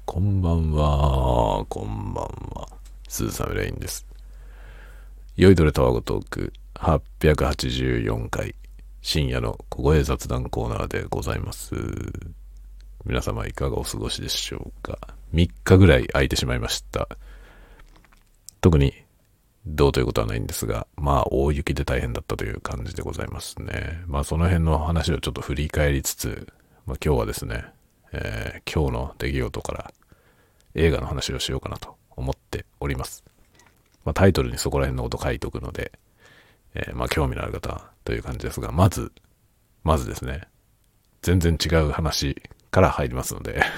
こんばんは。スーサムレインです。酔いどれタワゴトーク884回深夜の小声雑談コーナーでございます。皆様いかがお過ごしでしょうか。3日ぐらい空いてしまいました。特にどうということはないんですが、大雪で大変だったという感じでございますね。その辺の話をちょっと振り返りつつ、今日はですね、今日の出来事から映画の話をしようかなと思っております。タイトルにそこら辺のこと書いておくので、興味のある方という感じですが、まずですね、全然違う話から入りますので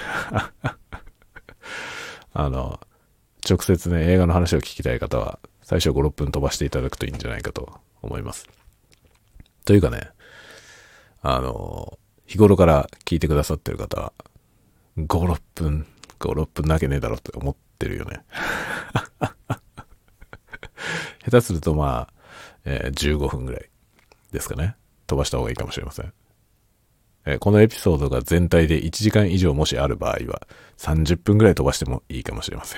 直接ね、映画の話を聞きたい方は最初 5,6 分飛ばしていただくといいんじゃないかと思います。というかね、日頃から聞いてくださってる方は5,6 分なわけねえだろって思ってるよね下手すると15分ぐらいですかね、飛ばした方がいいかもしれません。このエピソードが全体で1時間以上もしある場合は30分ぐらい飛ばしてもいいかもしれません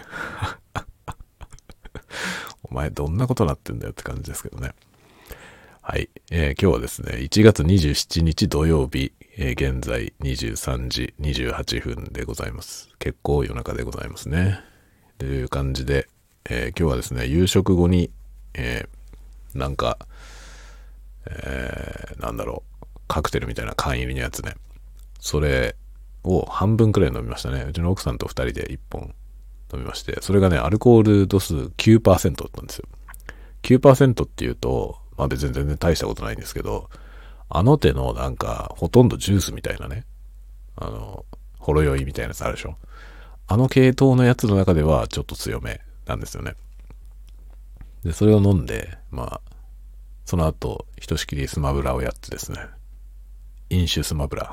お前どんなことなってんだよって感じですけどね。はい、今日はですね1月27日土曜日、現在23時28分でございます。結構夜中でございますね。という感じで、今日はですね夕食後に、カクテルみたいな缶入りのやつね、それを半分くらい飲みましたね。うちの奥さんと2人で1本飲みまして、それがねアルコール度数 9% だったんですよ。 9% っていうと別に全然大したことないんですけど、あの手のほとんどジュースみたいなね、ほろ酔いみたいなやつあるでしょ。あの系統のやつの中ではちょっと強めなんですよね。でそれを飲んでその後ひとしきりスマブラをやってですね、飲酒スマブラ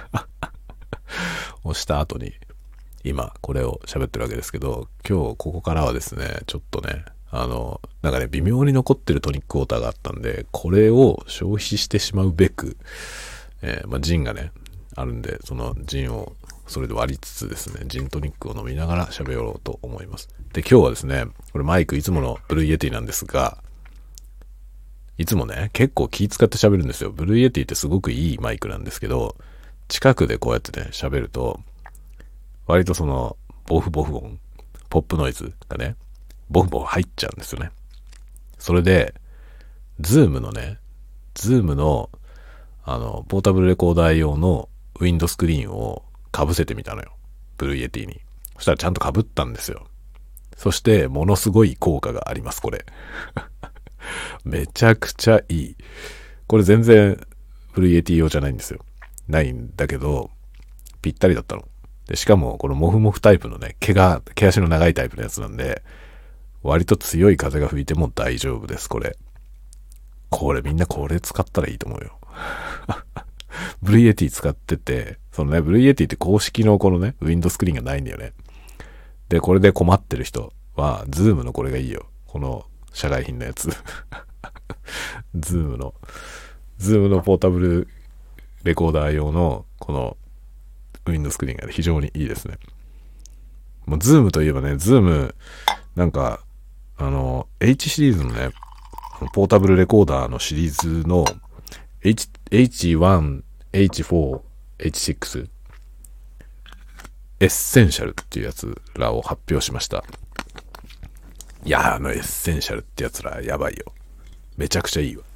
をした後に今これを喋ってるわけですけど、今日ここからはですねちょっとね微妙に残ってるトニックウォーターがあったんで、これを消費してしまうべく、ジンがねあるんで、そのジンをそれで割りつつですね、ジントニックを飲みながら喋ろうと思います。で今日はですね、これマイクいつものブルーイエティなんですが、いつもね結構気使って喋るんですよ。ブルーイエティってすごくいいマイクなんですけど、近くでこうやってね喋ると割とそのボフ音、ポップノイズがねボフ入っちゃうんですよね。それでズームのポータブルレコーダー用のウィンドスクリーンを被せてみたのよ、ブルーイエティに。そしたらちゃんと被ったんですよ。そしてものすごい効果があります、これめちゃくちゃいい。これ全然ブルーイエティ用じゃないんですよ。ないんだけどぴったりだったので、しかもこのモフモフタイプのね、毛足の長いタイプのやつなんで、割と強い風が吹いても大丈夫です。これみんなこれ使ったらいいと思うよブルーイエティ使ってて、そのねブルーイエティって公式のこのねウィンドスクリーンがないんだよね。でこれで困ってる人はズームのこれがいいよ、この社外品のやつズームのポータブルレコーダー用のこのウィンドスクリーンが非常にいいですね。もうズームといえばね、ズームH シリーズのねポータブルレコーダーのシリーズの H1、H4、H6 エッセンシャルっていうやつらを発表しました。いやエッセンシャルってやつらやばいよ、めちゃくちゃいいわ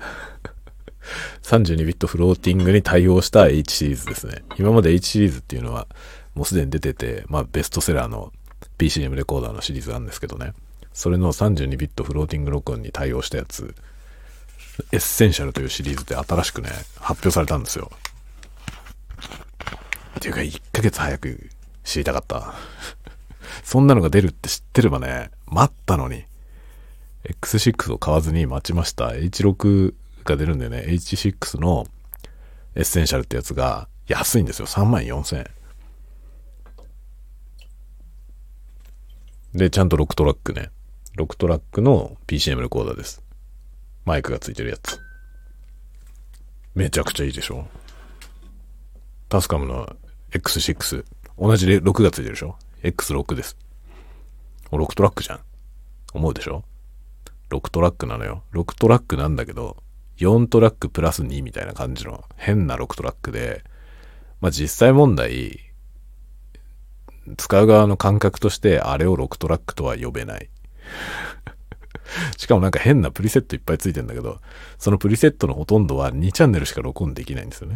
32ビットフローティングに対応した H シリーズですね。今まで H シリーズっていうのはもうすでに出てて、ベストセラーの PCM レコーダーのシリーズなんですけどね、それの32ビットフローティング録音に対応したやつ、エッセンシャルというシリーズで新しくね発表されたんですよ。っていうか1ヶ月早く知りたかったそんなのが出るって知ってればね、待ったのに。 X6 を買わずに待ちました。 H6 が出るんでね、 H6 のエッセンシャルってやつが安いんですよ。34,000円で、ちゃんと6トラックの PCM レコーダーです。マイクがついてるやつ、めちゃくちゃいいでしょ。タスカムの X6 同じで6がついてるでしょ。 X6 です。6トラックじゃん。思うでしょ？ 6 トラックなのよ。6トラックなんだけど、4トラックプラス2みたいな感じの変な6トラックで、まあ実際問題、使う側の感覚としてあれを6トラックとは呼べない。しかもなんか変なプリセットいっぱいついてんだけど、そのプリセットのほとんどは2チャンネルしか録音できないんですよね。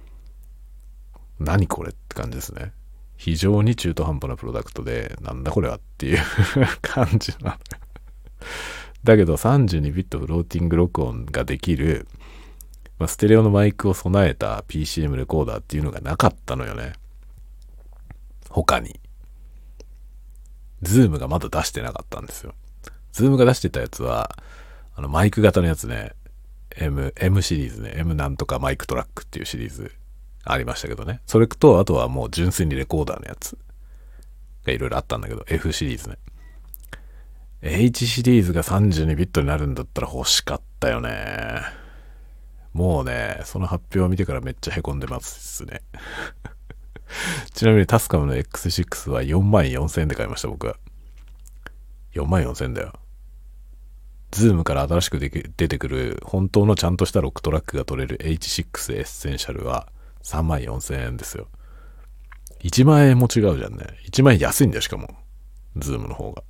何これって感じですね。非常に中途半端なプロダクトで、なんだこれはっていう感じなの。だけど32ビットフローティング録音ができる、まあ、ステレオのマイクを備えた PCM レコーダーっていうのがなかったのよね。他に。ズームがまだ出してなかったんですよ。ズームが出してたやつは、マイク型のやつね、M シリーズね、M なんとかマイクトラックっていうシリーズありましたけどね。それと、あとはもう純粋にレコーダーのやつがいろいろあったんだけど、F シリーズね。H シリーズが32ビットになるんだったら欲しかったよね。もうね、その発表を見てからめっちゃ凹んでますね。ちなみにタスカムの X6 は44,000円で買いました、僕は。44,000円だよ。ズームから新しく出てくる本当のちゃんとした6トラックが取れる H6 エッセンシャルは34,000円ですよ。1万円も違うじゃんね。1万円安いんだよ、しかも。ズームの方が。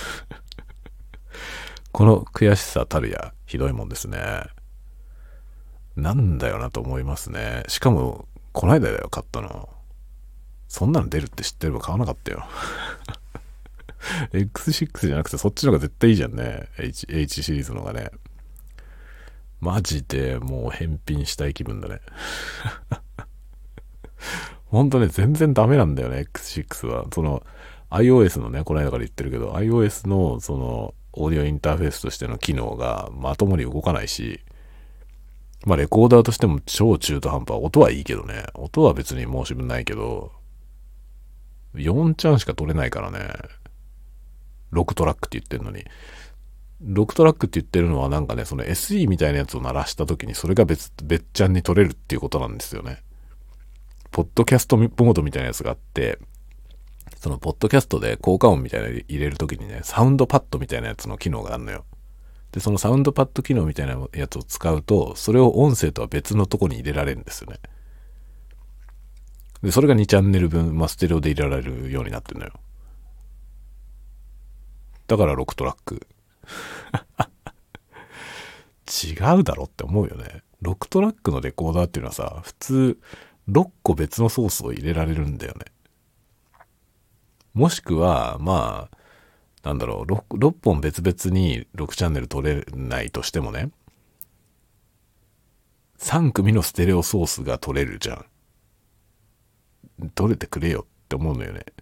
この悔しさたるや、ひどいもんですね。なんだよなと思いますね。しかも、こないだだよ、買ったの。そんなの出るって知ってれば買わなかったよ。X6 じゃなくてそっちの方が絶対いいじゃんね。H シリーズの方がね。マジでもう返品したい気分だね。ほんとね、全然ダメなんだよね、X6 は。その、iOS のね、この間から言ってるけど、iOS のその、オーディオインターフェースとしての機能がまともに動かないし、まあレコーダーとしても超中途半端。音はいいけどね。音は別に申し分ないけど、4チャンしか取れないからね。6トラックって言ってるのに。6トラックって言ってるのはなんかね、その SE みたいなやつを鳴らした時にそれが別ちゃんに取れるっていうことなんですよね。ポッドキャストモードみたいなやつがあって、そのポッドキャストで効果音みたいなの入れるときにね、サウンドパッドみたいなやつの機能があるのよ。で、そのサウンドパッド機能みたいなやつを使うと、それを音声とは別のとこに入れられるんですよね。で、それが2チャンネル分、まあ、ステレオで入れられるようになってるのよ。だから6トラック。違うだろって思うよね。6トラックのレコーダーっていうのはさ、普通6個別のソースを入れられるんだよね。もしくは、まあ、なんだろう、6本別々に6チャンネル取れないとしてもね、3組のステレオソースが取れるじゃん。取れてくれよって思うのよね。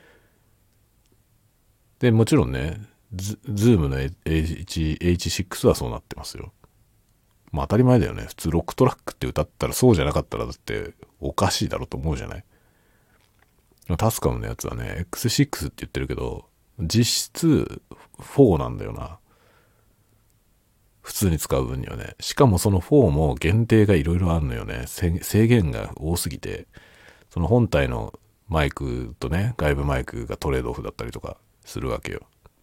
で、もちろんね、ズームの H6 はそうなってますよ。まあ当たり前だよね。普通6トラックって歌ったらそうじゃなかったらだっておかしいだろと思うじゃない。タスカムのやつはね、X6 って言ってるけど、実質4なんだよな。普通に使う分にはね。しかもその4も限定がいろいろあるのよね。制限が多すぎて、その本体のマイクとね、外部マイクがトレードオフだったりとかするわけよ。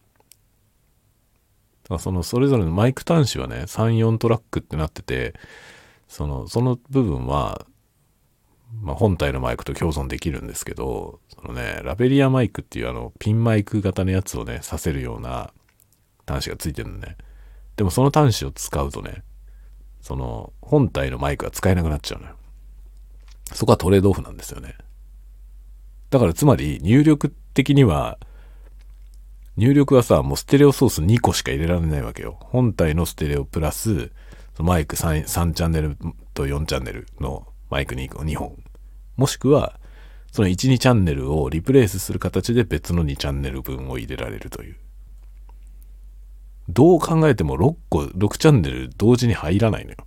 だからそれぞれのマイク端子はね、3、4トラックってなってて、その部分は、まあ、本体のマイクと共存できるんですけど、そのね、ラベリアマイクっていうピンマイク型のやつをね、させるような端子がついてるのね。でもその端子を使うとね、その本体のマイクが使えなくなっちゃうのよ。そこはトレードオフなんですよね。だからつまり入力はさ、もうステレオソース2個しか入れられないわけよ。本体のステレオプラス、そのマイク 3チャンネルと4チャンネルのマイク2本。もしくは、その1、2チャンネルをリプレイスする形で別の2チャンネル分を入れられるという。どう考えても6チャンネル同時に入らないのよ。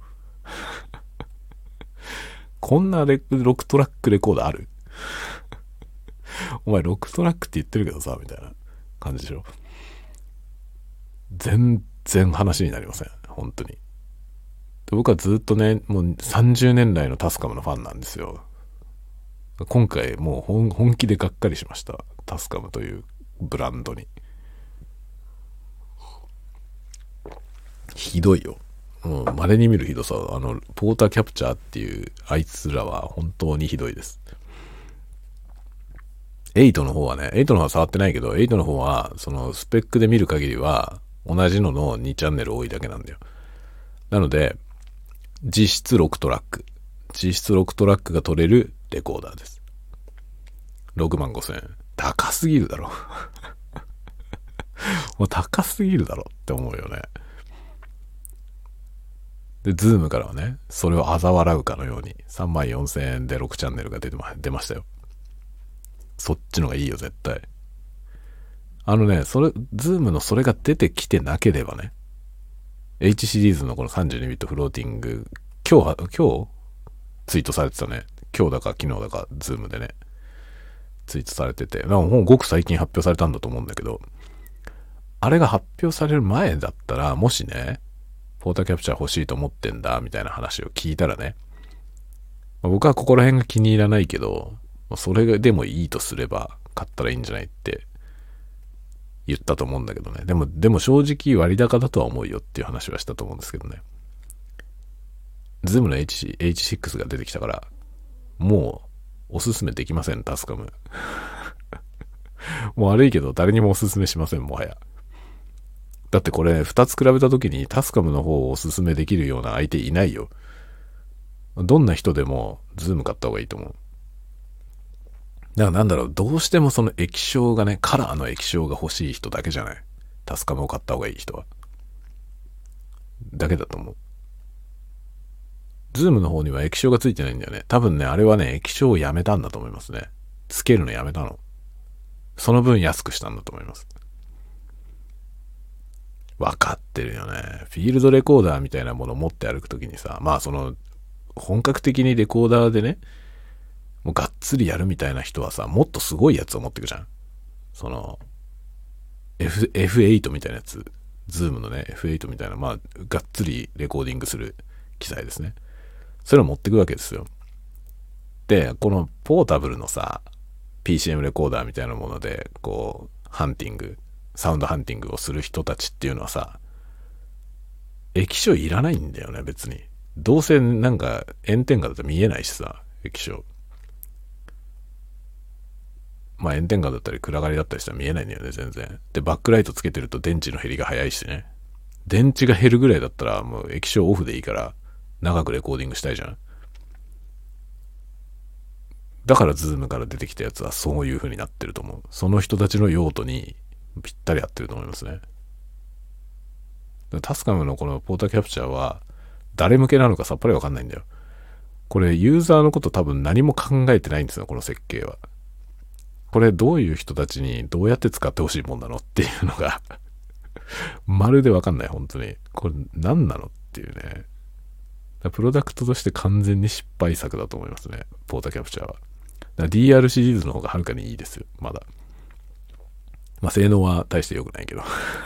こんな6トラックレコーダーある？お前6トラックって言ってるけどさ、みたいな感じでしょ。全然話になりません。本当に。僕はずっとね、もう30年来のタスカムのファンなんですよ。今回もう本気でがっかりしました。 タスカムというブランドに。ひどいよ。稀に見るひどさ。ポーターキャプチャーっていうあいつらは本当にひどいです。8の方はね、8の方は触ってないけど、8の方は、そのスペックで見る限りは、同じのの2チャンネル多いだけなんだよ。なので、実質6トラック。実質6トラックが取れるレコーダーです。65,000円。高すぎるだろ。もう高すぎるだろって思うよね。で、ズームからはね、それを嘲笑うかのように、34,000円で6チャンネルが出ましたよ。そっちのがいいよ、絶対。ズームのそれが出てきてなければね、H シリーズのこの32ビットフローティング、今日ツイートされてたね。今日だか昨日だか、ズームでね、ツイートされてて、もうごく最近発表されたんだと思うんだけど、あれが発表される前だったら、もしね、ポーターキャプチャー欲しいと思ってんだ、みたいな話を聞いたらね、僕はここら辺が気に入らないけど、それでもいいとすれば、買ったらいいんじゃないって言ったと思うんだけどね。でも正直割高だとは思うよっていう話はしたと思うんですけどね。ズームの H6 が出てきたから、もうおすすめできません、タスカム。もう悪いけど誰にもおすすめしません、もはや。だってこれ2つ比べた時にタスカムの方をおすすめできるような相手いないよ。どんな人でもズーム買った方がいいと思う。だからなんだろう、どうしてもその液晶がね、カラーの液晶が欲しい人だけじゃない。タスカムを買った方がいい人は。だけだと思う。ズームの方には液晶がついてないんだよね。多分ね、あれはね、液晶をやめたんだと思いますね。つけるのやめたの。その分安くしたんだと思います。わかってるよね。フィールドレコーダーみたいなものを持って歩くときにさ、本格的にレコーダーでね、もうがっつりやるみたいな人はさ、もっとすごいやつを持ってくじゃん。F8 みたいなやつ。ズームのね、F8 みたいな、がっつりレコーディングする機材ですね。それを持ってくわけですよ。で、このポータブルのさ、PCM レコーダーみたいなもので、サウンドハンティングをする人たちっていうのはさ、液晶いらないんだよね、別に。どうせなんか炎天下だと見えないしさ、液晶。炎天下だったり暗がりだったりしたら見えないんだよね、全然。で、バックライトつけてると電池の減りが早いしね。電池が減るぐらいだったらもう液晶オフでいいから長くレコーディングしたいじゃん。だからズームから出てきたやつはそういう風になってると思う。その人たちの用途にぴったり合ってると思いますね。タスカムのこのポーターキャプチャーは誰向けなのかさっぱりわかんないんだよ。これユーザーのこと多分何も考えてないんですよ、この設計は。これどういう人たちにどうやって使ってほしいもんなのっていうのがまるでわかんない、本当に。これ何なのっていうね。プロダクトとして完全に失敗作だと思いますね、ポーターキャプチャーは。DR シリーズの方がはるかにいいですよ、まだ。性能は大して良くないけど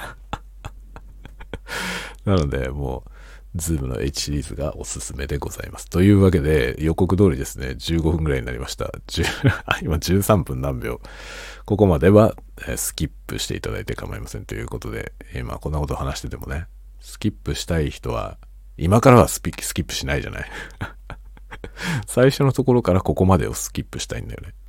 なのでもうズームの H シリーズがおすすめでございます。というわけで予告通りですね、15分ぐらいになりました。今13分何秒。ここまではスキップしていただいて構いませんということで、こんなことを話しててもね、スキップしたい人は今からはスキップしないじゃない最初のところからここまでをスキップしたいんだよね。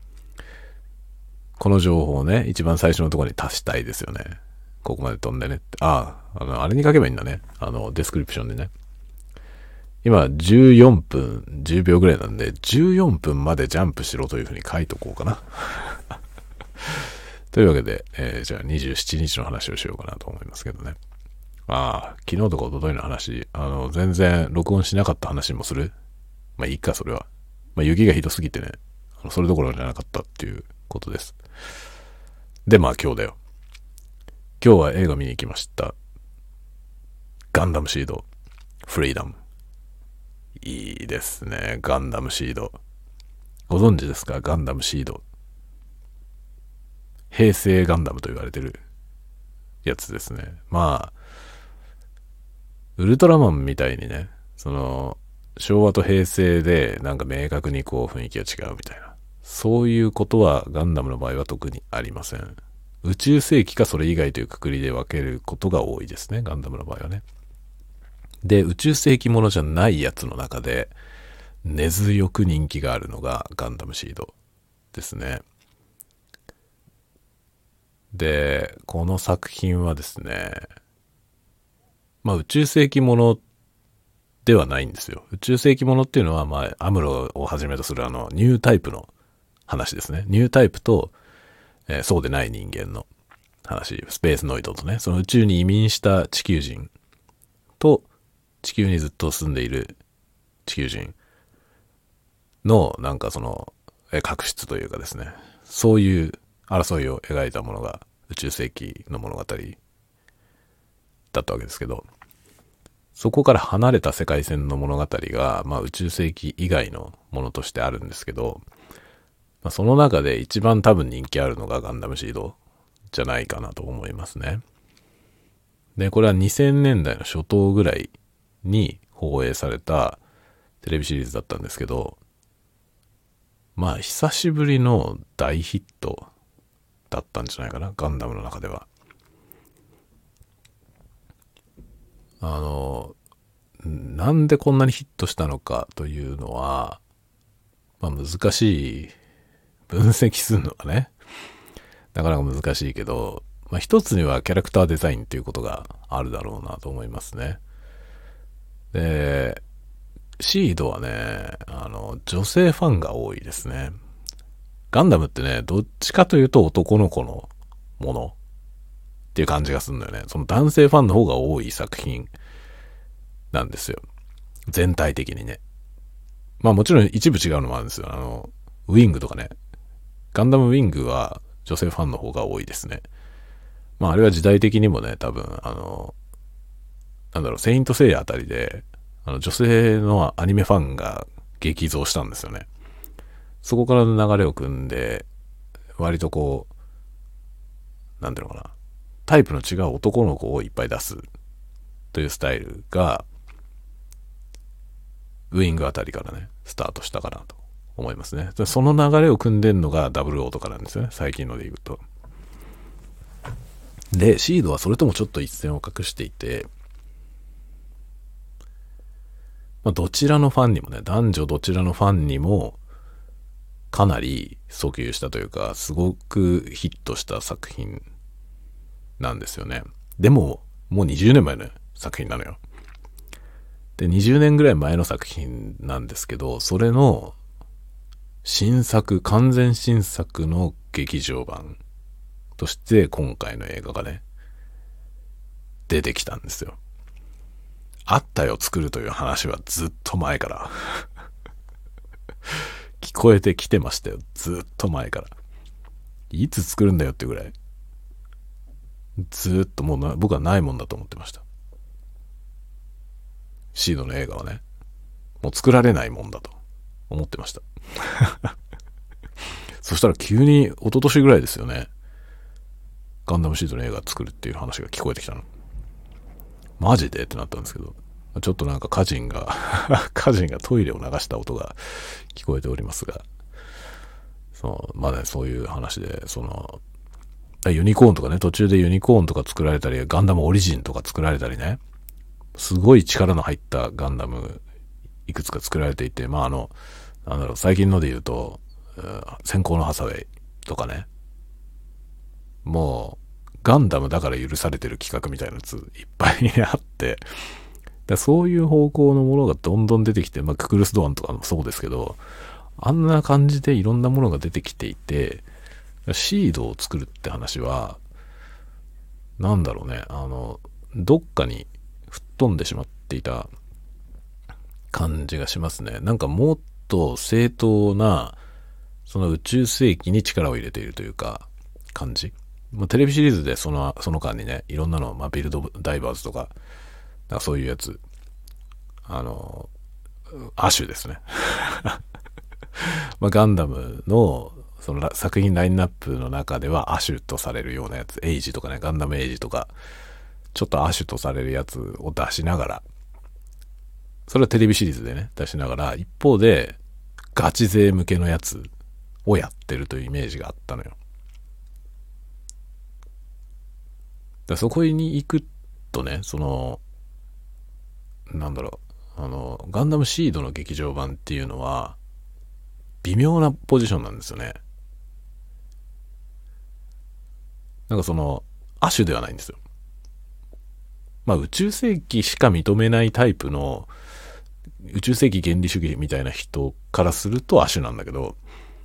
この情報をね、一番最初のところに足したいですよね。ここまで飛んでねって。あれに書けばいいんだね。デスクリプションでね。今、14分10秒ぐらいなんで、14分までジャンプしろというふうに書いとこうかな。というわけで、じゃあ27日の話をしようかなと思いますけどね。昨日とか一昨日の話、全然録音しなかった話もする？いいか、それは。雪がひどすぎてね、それどころじゃなかったっていうことです。で、今日だよ。今日は映画見に行きました。ガンダムシード、フリーダム。いいですね、ガンダムシード。ご存知ですか？ガンダムシード。平成ガンダムと言われてるやつですね。ウルトラマンみたいにね、昭和と平成でなんか明確に雰囲気が違うみたいな。 そういうことはガンダムの場合は特にありません。宇宙世紀かそれ以外という括りで分けることが多いですね、ガンダムの場合はね。で、宇宙世紀ものじゃないやつの中で根強く人気があるのがガンダムシードですね。で、この作品はですね、宇宙世紀ものではないんですよ。宇宙世紀ものっていうのは、アムロをはじめとするニュータイプの話ですね。ニュータイプと、そうでない人間の話、スペースノイドとね、その宇宙に移民した地球人と、地球にずっと住んでいる地球人の、確執というかですね、そういう争いを描いたものが宇宙世紀の物語だったわけですけど、そこから離れた世界線の物語が、宇宙世紀以外のものとしてあるんですけど、その中で一番多分人気あるのがガンダムシードじゃないかなと思いますね。で、これは2000年代の初頭ぐらいに放映されたテレビシリーズだったんですけど、久しぶりの大ヒットだったんじゃないかな、ガンダムの中では。なんでこんなにヒットしたのかというのは、難しい、分析するのがね、なかなか難しいけど、一つにはキャラクターデザインということがあるだろうなと思いますね。で、シードはね、女性ファンが多いですね。ガンダムってね、どっちかというと男の子のものっていう感じがするんだよね。その男性ファンの方が多い作品なんですよ。全体的にね。もちろん一部違うのもあるんですよ。ウィングとかね。ガンダムウィングは女性ファンの方が多いですね。あれは時代的にもね、多分、セイントセイヤあたりで、女性のアニメファンが激増したんですよね。そこからの流れを組んで、割とタイプの違う男の子をいっぱい出すというスタイルが、ウィングあたりからね、スタートしたかなと思いますね。その流れを組んでんのが00とかなんですよね、最近ので言うと。で、シードはそれともちょっと一線を画していて、どちらのファンにもね、男女どちらのファンにも、かなり訴求したというか、すごくヒットした作品なんですよね。でも、もう20年前の作品なのよ。で、20年ぐらい前の作品なんですけど、それの新作、完全新作の劇場版として今回の映画がね、出てきたんですよ。あったよ作るという話はずっと前から聞こえてきてましたよ。ずっと前から。いつ作るんだよってぐらい。ずっともう僕はないもんだと思ってました。シードの映画はね、もう作られないもんだと思ってました。そしたら急に一昨年ぐらいですよね。ガンダムシードの映画作るっていう話が聞こえてきたの。マジでってなったんですけど、ちょっと家人がトイレを流した音が聞こえておりますが、そういう話で、ユニコーンとかね、途中でユニコーンとか作られたり、ガンダムオリジンとか作られたりね、すごい力の入ったガンダムいくつか作られていて、最近ので言うと、先行のハサウェイとかね、もうガンダムだから許されてる企画みたいなやついっぱいあって、そういう方向のものがどんどん出てきて、ククルスドアンとかもそうですけど、あんな感じでいろんなものが出てきていて、シードを作るって話は、どっかに吹っ飛んでしまっていた感じがしますね。もっと正当な、その宇宙世紀に力を入れているというか、感じ。テレビシリーズでその間にね、いろんなの、ビルドダイバーズとか、そういうやつ、アシュですね。ガンダムの、その作品ラインナップの中ではアシュとされるようなやつ、エイジとかね、ガンダムエイジとか、ちょっとアシュとされるやつを出しながら、それはテレビシリーズでね、出しながら、一方で、ガチ勢向けのやつをやってるというイメージがあったのよ。だそこに行くとね、なんだろう、ガンダムシードの劇場版っていうのは、微妙なポジションなんですよね。なんか亜種ではないんですよ。まあ宇宙世紀しか認めないタイプの宇宙世紀原理主義みたいな人からすると亜種なんだけど、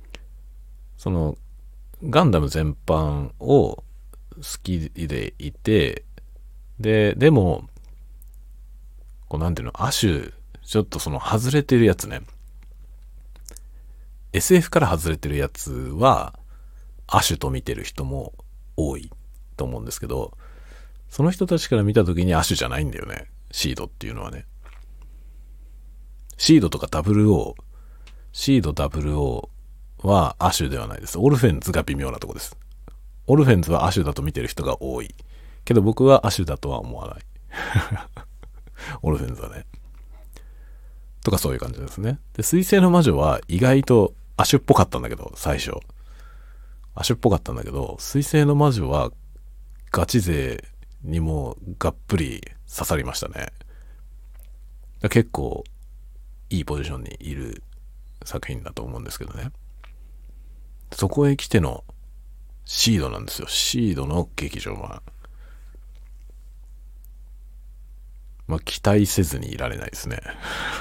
ガンダム全般を好きでいて、でも、なんていうの、亜種、ちょっと外れてるやつね。SF から外れてるやつは、亜種と見てる人も多いと思うんですけど、その人たちから見たときに亜種じゃないんだよね。シードっていうのはね。シードとか00、シード00は亜種ではないです。オルフェンズが微妙なとこです。オルフェンズは亜種だと見てる人が多い。けど僕は亜種だとは思わない。オルフェンズはね。とかそういう感じですね。で、水星の魔女は意外と亜種っぽかったんだけど、最初。亜種っぽかったんだけど、水星の魔女はガチ勢にもがっぷり刺さりましたね。結構いいポジションにいる作品だと思うんですけどね。そこへ来てのシードなんですよ。シードの劇場版。まあ期待せずにいられないですね。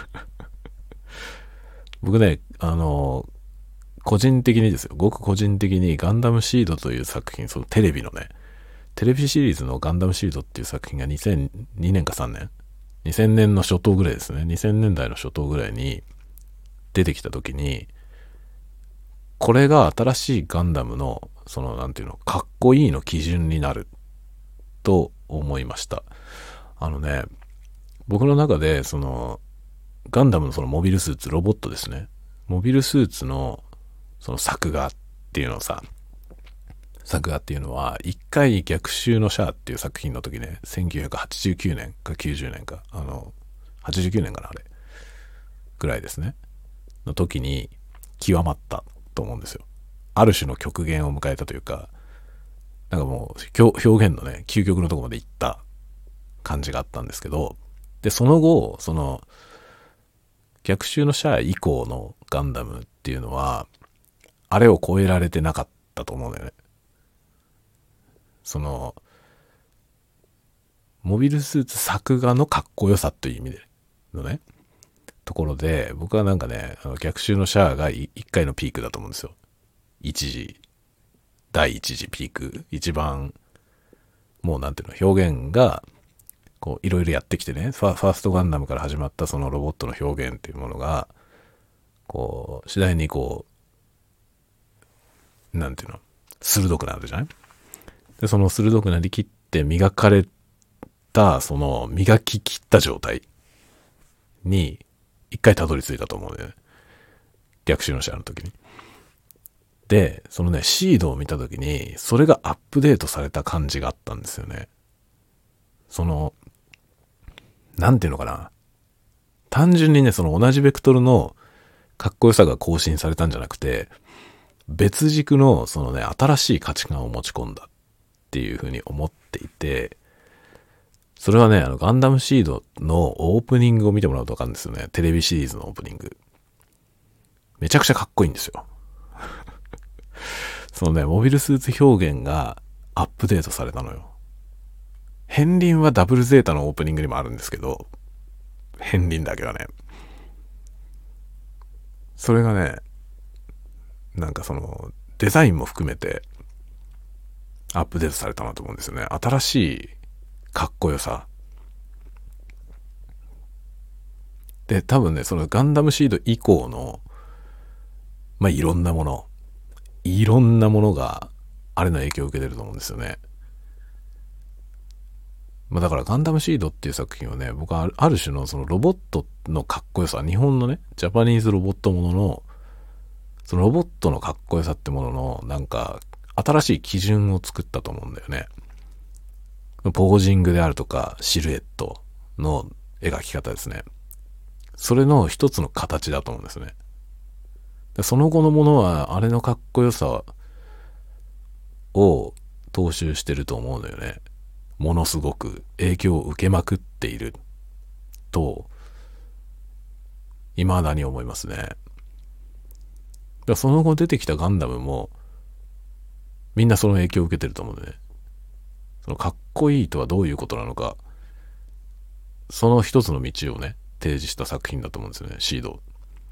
僕ね、個人的にですよ。ごく個人的にガンダムシードという作品、テレビのね、テレビシリーズのガンダムシードっていう作品が2002年か3年 ?2000 年の初頭ぐらいですね。2000年代の初頭ぐらいに出てきた時に、これが新しいガンダムの、なんていうの、かっこいいの基準になると思いました。僕の中で、ガンダムのモビルスーツ、ロボットですね。モビルスーツの、作画っていうのは、一回逆襲のシャアっていう作品の時ね、1989年か90年か、89年かな、あれ。ぐらいですね。の時に、極まったと思うんですよ。ある種の極限を迎えたというか、なんかもう、表現のね、究極のところまで行った感じがあったんですけど、で、その後、逆襲のシャア以降のガンダムっていうのは、あれを超えられてなかったと思うんだよね。モビルスーツ作画のかっこよさという意味でのね、ところで、僕はなんかね、逆襲のシャアが一回のピークだと思うんですよ。第一次ピーク。一番、もうなんていうの、表現が、いろいろやってきてね、ファーストガンダムから始まったそのロボットの表現っていうものが、次第になんていうの、鋭くなるじゃない？で、その鋭くなりきって磨かれた、磨ききった状態に、一回たどり着いたと思うんだよね。逆襲のシャアの時に。で、シードを見た時に、それがアップデートされた感じがあったんですよね。なんていうのかな。単純にね、同じベクトルのかっこよさが更新されたんじゃなくて、別軸の新しい価値観を持ち込んだっていうふうに思っていて、それはね、ガンダムシードのオープニングを見てもらうとわかるんですよね。テレビシリーズのオープニング。めちゃくちゃかっこいいんですよ。モビルスーツ表現がアップデートされたのよ。片鱗はダブルゼータのオープニングにもあるんですけど、片鱗だけはね。それがね、なんかデザインも含めてアップデートされたなと思うんですよね。新しいかっこよさ。で、多分ね、ガンダムシード以降の、まあ、いろんなものがあれの影響を受けてると思うんですよね。まあだからガンダムシードっていう作品はね、僕はある種のロボットのかっこよさ、日本のね、ジャパニーズロボットものの、ロボットのかっこよさってものの、なんか、新しい基準を作ったと思うんだよね。ポージングであるとか、シルエットの描き方ですね。それの一つの形だと思うんですね。 でその後のものはあれのかっこよさを踏襲してると思うのよね。ものすごく影響を受けまくっていると未だに思いますね。だからその後出てきたガンダムもみんなその影響を受けてると思うんだよね。そのかっこいいとはどういうことなのか、その一つの道をね提示した作品だと思うんですよね、シード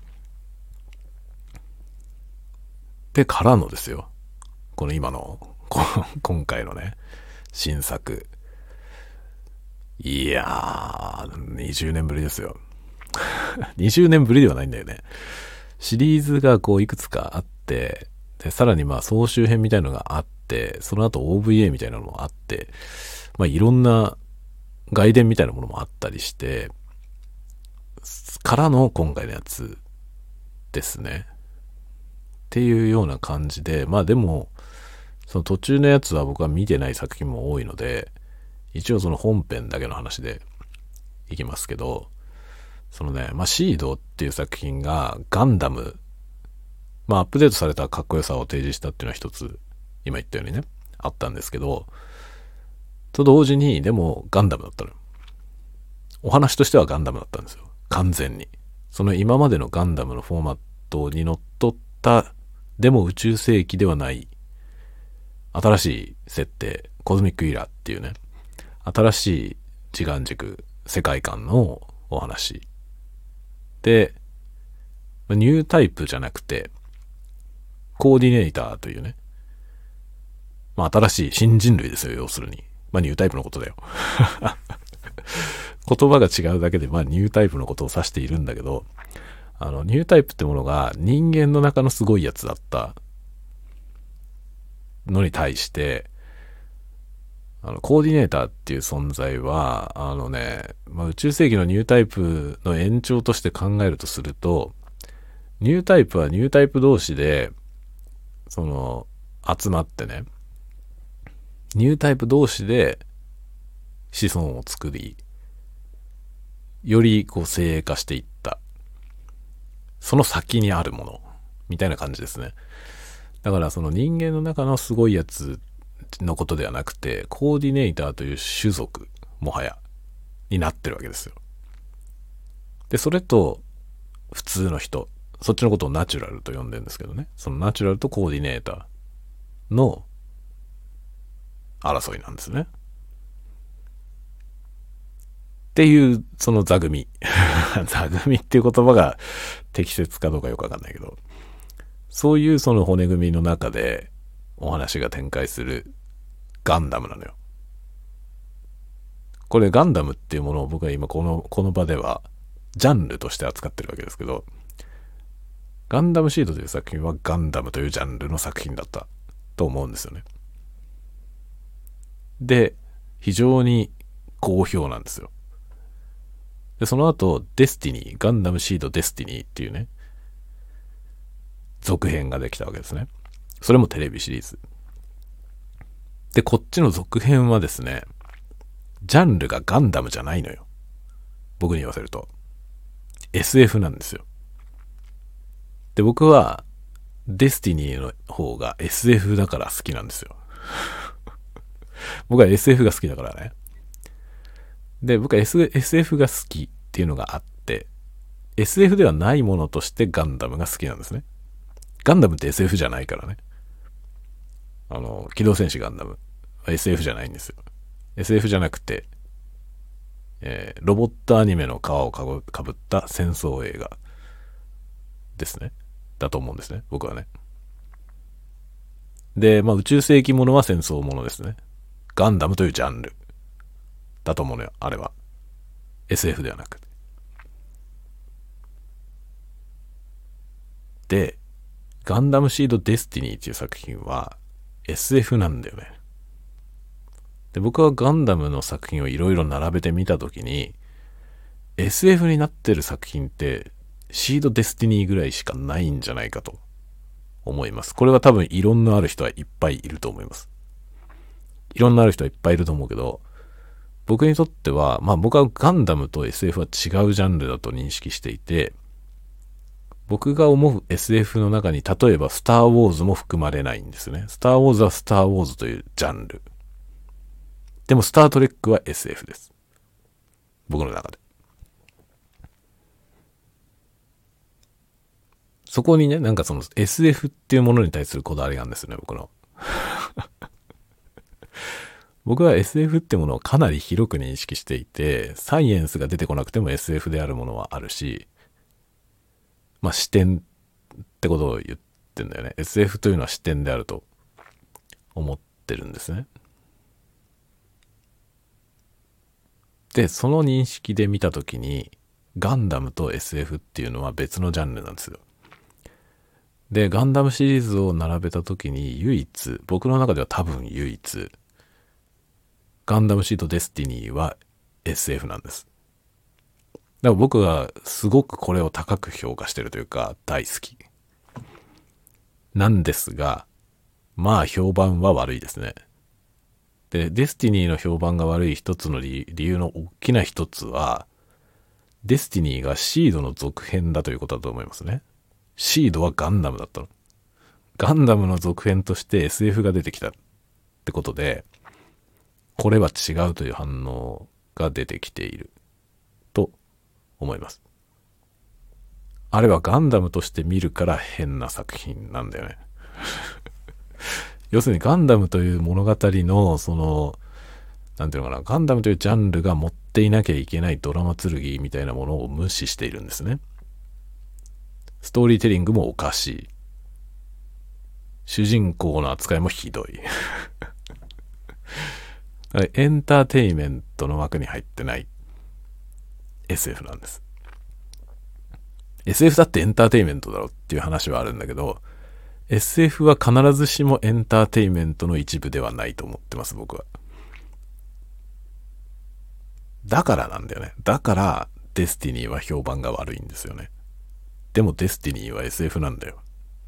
で。からのですよ、この今の今回のね新作。いやー20年ぶりですよ。20年ぶりではないんだよね。シリーズがこういくつかあって、でさらにまあ総集編みたいのがあって、その後 OVA みたいなのもあって、まあいろんな外伝みたいなものもあったりしてからの今回のやつですねっていうような感じで、まあでもその途中のやつは僕は見てない作品も多いので、一応その本編だけの話でいきますけど、そのね、まあシードっていう作品がガンダム、まあアップデートされたかっこよさを提示したっていうのは一つ今言ったようにねあったんですけど、と同時にでもガンダムだったのよ。お話としてはガンダムだったんですよ、完全に。その今までのガンダムのフォーマットにのっとったでも宇宙世紀ではない新しい設定、コズミックイラーっていうね新しい時間軸世界観のお話で、ニュータイプじゃなくてコーディネーターというね、まあ新しい新人類ですよ、要するに。まあニュータイプのことだよ。言葉が違うだけでまあニュータイプのことを指しているんだけど、ニュータイプってものが人間の中のすごいやつだったのに対して、コーディネーターっていう存在はまあ、宇宙世紀のニュータイプの延長として考えるとすると、ニュータイプはニュータイプ同士で集まってね、ニュータイプ同士で子孫を作り、よりこう精鋭化していった、その先にあるものみたいな感じですね。だからその人間の中のすごいやつのことではなくて、コーディネーターという種族もはやになってるわけですよ。でそれと普通の人、そっちのことをナチュラルと呼んでるんですけどね、そのナチュラルとコーディネーターの争いなんですねっていうその座組座組っていう言葉が適切かどうかよくわかんないけど、そういうその骨組みの中でお話が展開するガンダムなのよ。これガンダムっていうものを僕は今この場ではジャンルとして扱ってるわけですけど、ガンダムシードという作品はガンダムというジャンルの作品だったと思うんですよね。で非常に好評なんですよ。でその後デスティニー、ガンダムシードデスティニーっていうね続編ができたわけですね。それもテレビシリーズで、こっちの続編はですね、ジャンルがガンダムじゃないのよ。僕に言わせると SF なんですよ。で僕はデスティニーの方が SF だから好きなんですよ。僕は SF が好きだからね。で僕は、SF が好きっていうのがあって、 SF ではないものとしてガンダムが好きなんですね。ガンダムって SF じゃないからね。機動戦士ガンダム SF じゃないんですよ。 SF じゃなくて、ロボットアニメの皮をかぶった戦争映画ですね、だと思うんですね、僕はね。で、まあ宇宙世紀ものは戦争ものですね。ガンダムというジャンルだと思うのよ、あれは。 SF ではなくて。でガンダムシードデスティニーっていう作品は SF なんだよね。で僕はガンダムの作品をいろいろ並べてみたときに、 SF になってる作品ってシードデスティニーぐらいしかないんじゃないかと思います。これは多分異論のある人はいっぱいいると思います。異論のある人はいっぱいいると思うけど、僕にとっては、まあ僕はガンダムと SF は違うジャンルだと認識していて、 僕が思う SF の中に例えばスター・ウォーズも含まれないんですね。スター・ウォーズはスター・ウォーズというジャンル。でもスター・トレックは SF です。僕の中で。そこにね、なんかその SF っていうものに対するこだわりがあるんですよね、僕の。僕は SF ってものをかなり広く認識していて、サイエンスが出てこなくても SF であるものはあるし、まあ視点ってことを言ってんだよね。SF というのは視点であると思ってるんですね。で、その認識で見たときに、ガンダムと SF っていうのは別のジャンルなんですよ。で、ガンダムシリーズを並べたときに唯一、僕の中では多分唯一、ガンダムシードデスティニーは SF なんです。だから僕がすごくこれを高く評価してるというか大好き。なんですが、まあ評判は悪いですね。で、デスティニーの評判が悪い一つの理由の大きな一つは、デスティニーがシードの続編だということだと思いますね。シードはガンダムだったの。ガンダムの続編として SF が出てきたってことで、これは違うという反応が出てきていると思います。あれはガンダムとして見るから変な作品なんだよね。要するにガンダムという物語のその、なんていうのかな、ガンダムというジャンルが持っていなきゃいけないドラマ剣みたいなものを無視しているんですね。ストーリーテリングもおかしい。主人公の扱いもひどい。エンターテイメントの枠に入ってない SF なんです。SF だってエンターテイメントだろっていう話はあるんだけど、SF は必ずしもエンターテイメントの一部ではないと思ってます、僕は。だからなんだよね。だから、デスティニーは評判が悪いんですよね。でもデスティニーは SF なんだよ。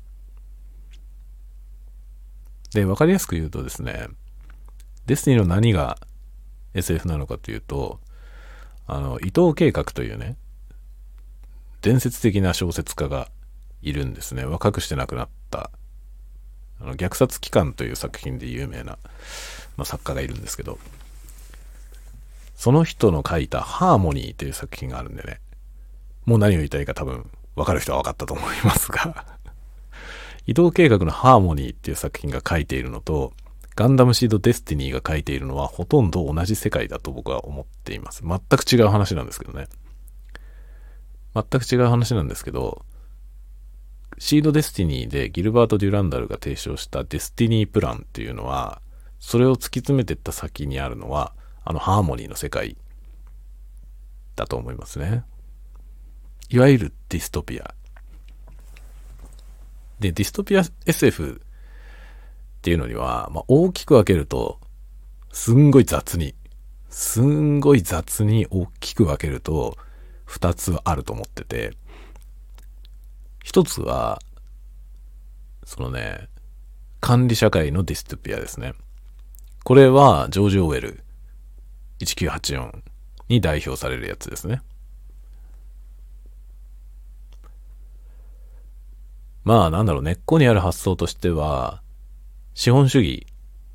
で、わかりやすく言うとですね、デスティニーの何が SF なのかというと、伊藤計画というね、伝説的な小説家がいるんですね。若くして亡くなった、虐殺機関という作品で有名な、作家がいるんですけど、その人の書いたハーモニーという作品があるんでね、もう何を言いたいか多分分かる人は分かったと思いますが、移動計画のハーモニーっていう作品が書いているのと、ガンダムシードデスティニーが書いているのはほとんど同じ世界だと僕は思っています。全く違う話なんですけどね。全く違う話なんですけど、シードデスティニーでギルバート・デュランダルが提唱したデスティニープランっていうのは、それを突き詰めていった先にあるのは、ハーモニーの世界だと思いますね。いわゆるディストピア。で、ディストピア SF っていうのには、大きく分けると、すんごい雑に大きく分けると、二つあると思ってて、一つは、そのね、管理社会のディストピアですね。これは、ジョージ・オーウェル、1984に代表されるやつですね。根っこにある発想としては、資本主義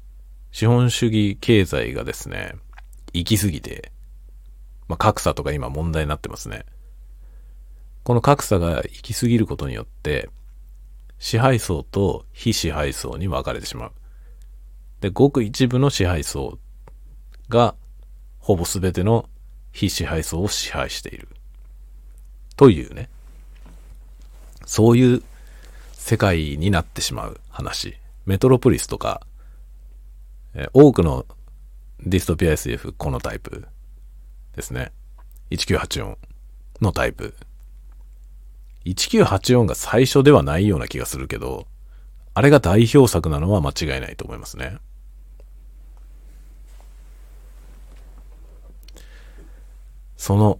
経済がですね、行き過ぎて、格差とか今問題になってますね。この格差が行き過ぎることによって、支配層と非支配層に分かれてしまう。で、ごく一部の支配層が、ほぼ全ての非支配層を支配している。というね。そういう世界になってしまう話。メトロポリスとか、多くのディストピア SF このタイプですね。1984のタイプ。1984が最初ではないような気がするけど、あれが代表作なのは間違いないと思いますね。その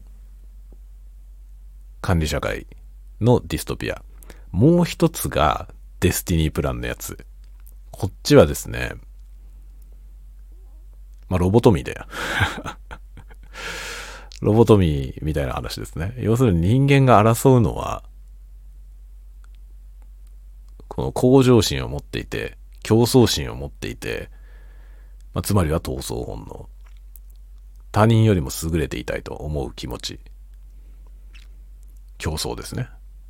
管理社会のディストピア。もう一つがデスティニープランのやつ。こっちはですね、ロボトミーだよ。ロボトミーみたいな話ですね。要するに人間が争うのはこの向上心を持っていて、競争心を持っていて、つまりは闘争本能。他人よりも優れていたいと思う気持ち。競争ですね。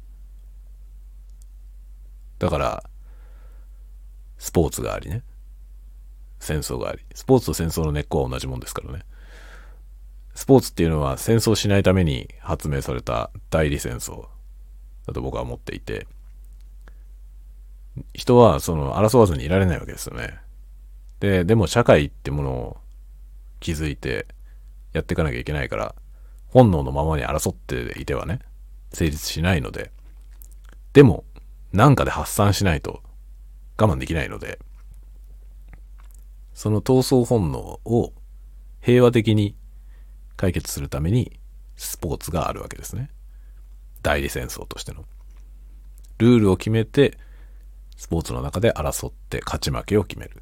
だから、スポーツがありね。戦争があり。スポーツと戦争の根っこは同じもんですからね。スポーツっていうのは戦争しないために発明された代理戦争だと僕は思っていて、人は争わずにいられないわけですよね。でも社会ってものを築いてやっていかなきゃいけないから、本能のままに争っていてはね、成立しないので、でもなんかで発散しないと我慢できないので、その闘争本能を平和的に解決するためにスポーツがあるわけですね。代理戦争としてのルールを決めて、スポーツの中で争って勝ち負けを決める。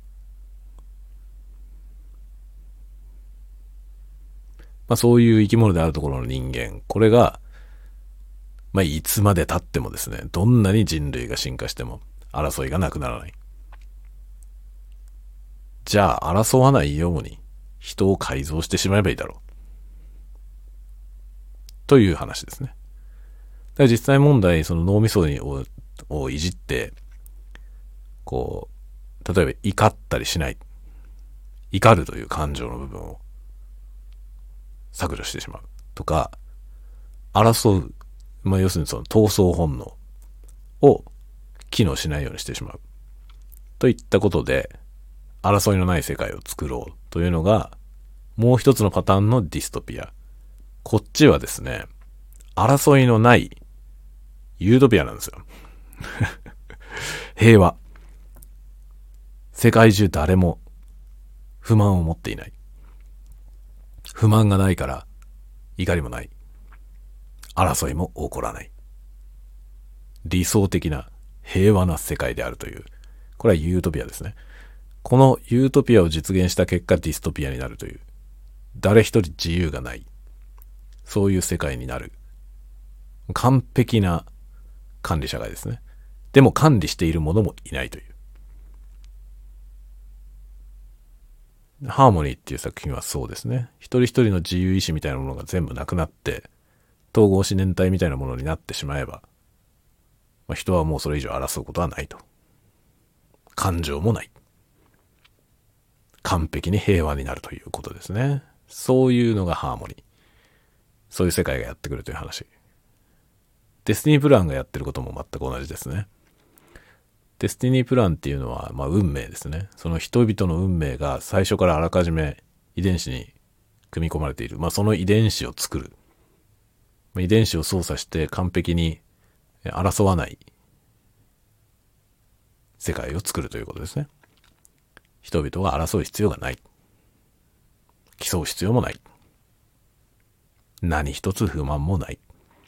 そういう生き物であるところの人間、これがいつまで経ってもですね、どんなに人類が進化しても争いがなくならない。じゃあ争わないように人を改造してしまえばいいだろうという話ですね。だから実際問題、その脳みそをいじって、例えば怒ったりしない、怒るという感情の部分を削除してしまうとか、争う、要するにその闘争本能を機能しないようにしてしまうといったことで、争いのない世界を作ろうというのがもう一つのパターンのディストピア。こっちはですね、争いのないユートピアなんですよ。平和。世界中誰も不満を持っていない。不満がないから怒りもない。争いも起こらない。理想的な平和な世界であるという、これはユートピアですね。このユートピアを実現した結果ディストピアになるという、誰一人自由がない、そういう世界になる。完璧な管理社会ですね。でも管理している者もいないという。ハーモニーっていう作品はそうですね。一人一人の自由意志みたいなものが全部なくなって、統合思念体みたいなものになってしまえば、人はもうそれ以上争うことはないと。感情もない。完璧に平和になるということですね。そういうのがハーモニー。そういう世界がやってくるという話。デスティニープランがやってることも全く同じですね。デスティニープランっていうのは、運命ですね。その人々の運命が最初からあらかじめ遺伝子に組み込まれている。その遺伝子を作る。遺伝子を操作して完璧に争わない世界を作るということですね。人々が争う必要がない。競う必要もない。何一つ不満もない。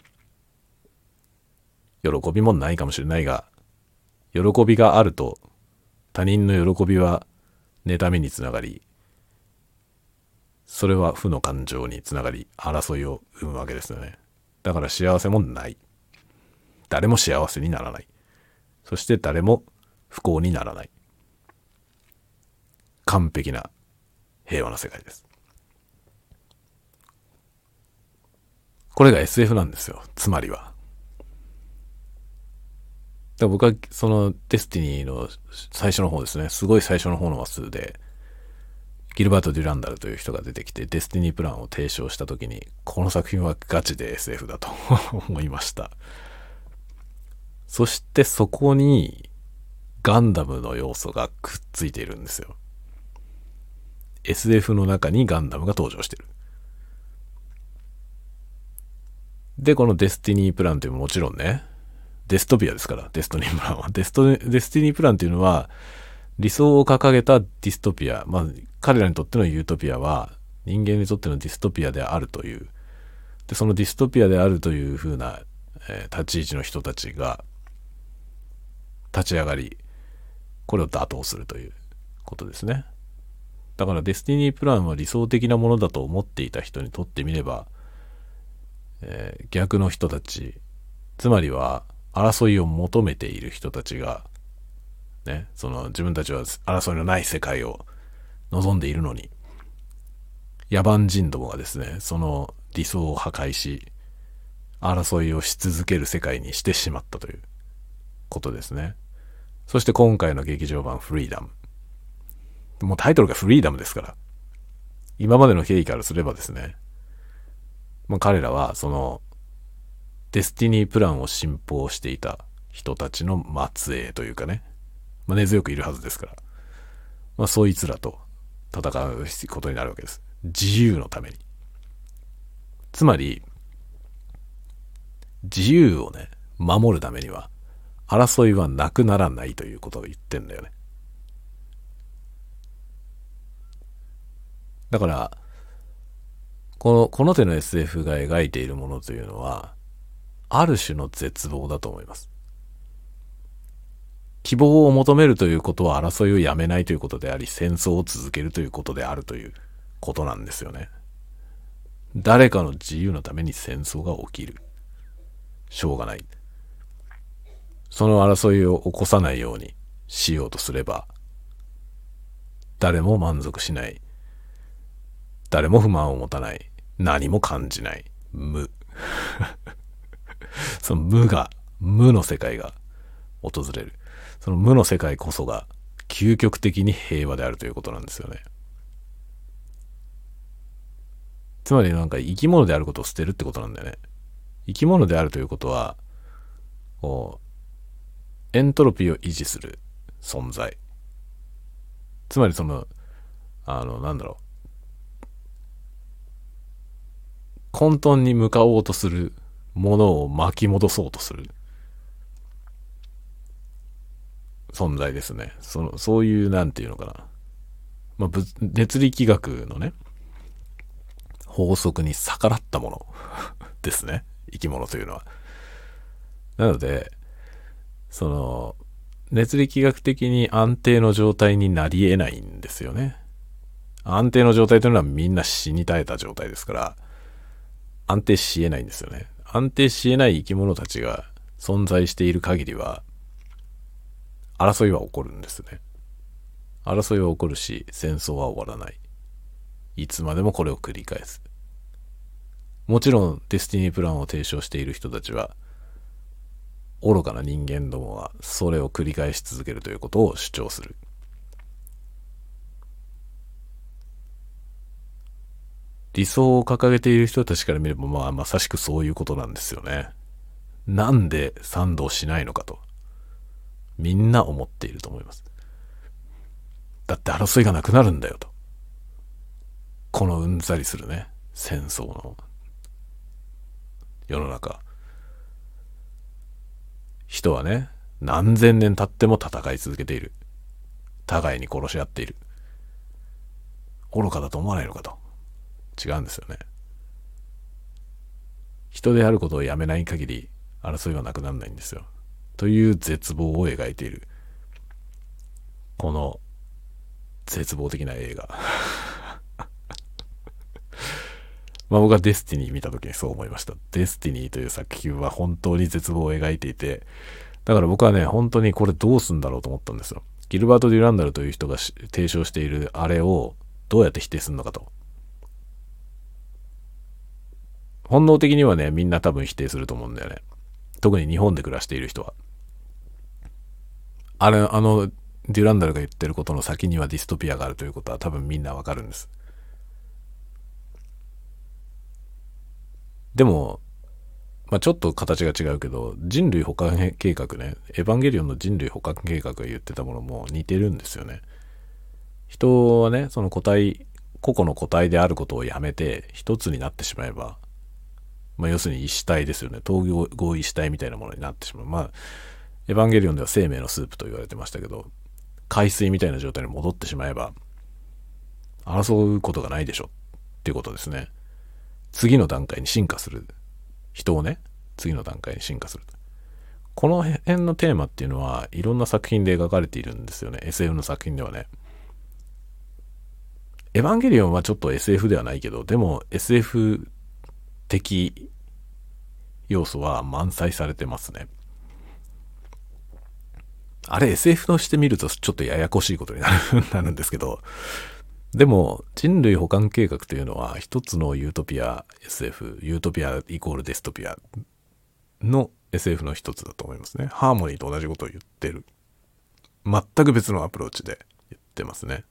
喜びもないかもしれないが、喜びがあると他人の喜びは妬みにつながり、それは負の感情につながり、争いを生むわけですよね。だから幸せもない。誰も幸せにならない。そして誰も不幸にならない。完璧な平和な世界です。これが SF なんですよ。つまりは。だから僕はそのデスティニーの最初の方ですね。すごい最初の方の話数で、ギルバート・デュランダルという人が出てきてデスティニープランを提唱したときに、この作品はガチで SF だと思いました。そしてそこにガンダムの要素がくっついているんですよ。SF の中にガンダムが登場している。で、このデスティニープランというのももちろんね、デストピアですから、デスティニープランは。デスティニープランというのは、理想を掲げたディストピア。彼らにとってのユートピアは、人間にとってのディストピアであるという。で、そのディストピアであるという風な、立ち位置の人たちが、立ち上がり、これを打倒するということですね。だからデスティニープランは理想的なものだと思っていた人にとってみれば、逆の人たち、つまりは争いを求めている人たちが、ね、その自分たちは争いのない世界を望んでいるのに、野蛮人どもがですね、その理想を破壊し、争いをし続ける世界にしてしまったということですね。そして今回の劇場版フリーダム。もうタイトルがフリーダムですから。今までの経緯からすればですね、彼らはそのデスティニープランを信奉していた人たちの末裔というかね、根強くいるはずですから、そいつらと戦うことになるわけです。自由のために。つまり、自由をね、守るためには、争いはなくならないということを言ってんだよね。だから、この手の SF が描いているものというのは、ある種の絶望だと思います。希望を求めるということは争いをやめないということであり、戦争を続けるということであるということなんですよね。誰かの自由のために戦争が起きる。しょうがない。その争いを起こさないようにしようとすれば、誰も満足しない。誰も不満を持たない。何も感じない。無。その無の世界が訪れる。その無の世界こそが究極的に平和であるということなんですよね。つまり生き物であることを捨てるってことなんだよね。生き物であるということは、エントロピーを維持する存在。つまり混沌に向かおうとするものを巻き戻そうとする存在ですね。そういうなんていうのかな。熱力学のね、法則に逆らったものですね。生き物というのは。なので、熱力学的に安定の状態になり得ないんですよね。安定の状態というのはみんな死に絶えた状態ですから、安定し得ないんですよね。安定し得ない生き物たちが存在している限りは、争いは起こるんですね。争いは起こるし、戦争は終わらない。いつまでもこれを繰り返す。もちろん、デスティニープランを提唱している人たちは、愚かな人間どもはそれを繰り返し続けるということを主張する。理想を掲げている人たちから見ればまさしくそういうことなんですよね。なんで賛同しないのかとみんな思っていると思います。だって争いがなくなるんだよと。このうんざりするね、戦争の世の中、人はね、何千年経っても戦い続けている。互いに殺し合っている。愚かだと思わないのかと。違うんですよね。人であることをやめない限り争いはなくならないんですよ。という絶望を描いているこの絶望的な映画僕はデスティニー見た時にそう思いました。デスティニーという作品は本当に絶望を描いていて、だから僕はね、本当にこれどうすんだろうと思ったんですよ。ギルバート・デュランダルという人が提唱しているあれをどうやって否定するのかと。本能的にはね、みんな多分否定すると思うんだよね。特に日本で暮らしている人は。デュランダルが言ってることの先にはディストピアがあるということは多分みんなわかるんです。でも、ちょっと形が違うけど、人類補完計画ね、エヴァンゲリオンの人類補完計画が言ってたものも似てるんですよね。人はね、その個々の個体であることをやめて一つになってしまえば、要するに一死体ですよね。統合一死体みたいなものになってしまう。エヴァンゲリオンでは生命のスープと言われてましたけど、海水みたいな状態に戻ってしまえば、争うことがないでしょっていうことですね。次の段階に進化する。人をね、次の段階に進化する。この辺のテーマっていうのはいろんな作品で描かれているんですよね。SF の作品ではね。エヴァンゲリオンはちょっと SF ではないけど、でも SF 的要素は満載されてますね。 あれ SF として見るとちょっとややこしいことになるんですけど、でも人類補完計画というのは一つのユートピア SF、ユートピアイコールデストピアの SF の一つだと思いますね。ハーモニーと同じことを言ってる。全く別のアプローチで言ってますね。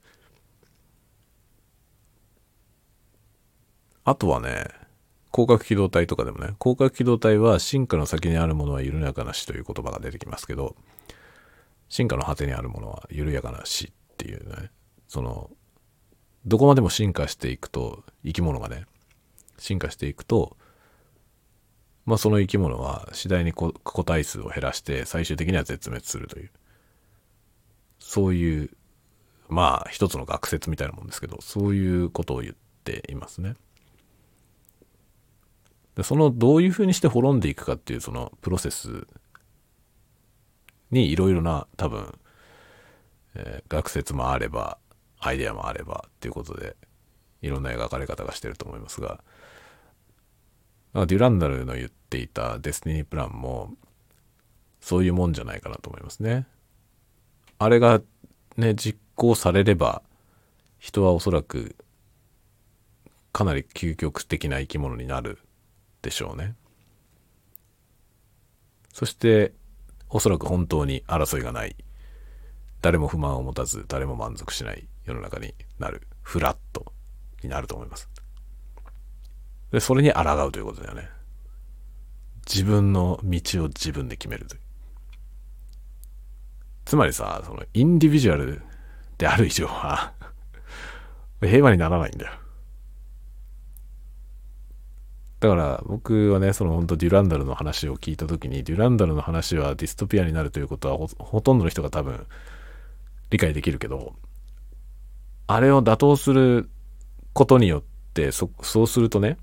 あとはね、広角機動隊とかでもね、広角機動隊は進化の先にあるものは緩やかな死という言葉が出てきますけど、進化の果てにあるものは緩やかな死っていうね、どこまでも進化していくと、生き物がね、進化していくと、まあその生き物は次第に個体数を減らして最終的には絶滅するという、そういう、まあ一つの学説みたいなもんですけど、そういうことを言っていますね。でどういうふうにして滅んでいくかっていうそのプロセスにいろいろな多分、学説もあればアイデアもあればっていうことでいろんな描かれ方がしてると思いますが、デュランダルの言っていたデスティニープランもそういうもんじゃないかなと思いますね。あれがね実行されれば人はおそらくかなり究極的な生き物になるでしょうね。そしておそらく本当に争いがない、誰も不満を持たず誰も満足しない世の中になる、フラットになると思います。でそれに抗うということだよね。自分の道を自分で決めるという。つまりさ、そのインディビジュアルである以上は平和にならないんだよ。だから僕はね、本当デュランダルの話を聞いたときに、デュランダルの話はディストピアになるということは ほとんどの人が多分理解できるけど、あれを打倒することによってそうするとね、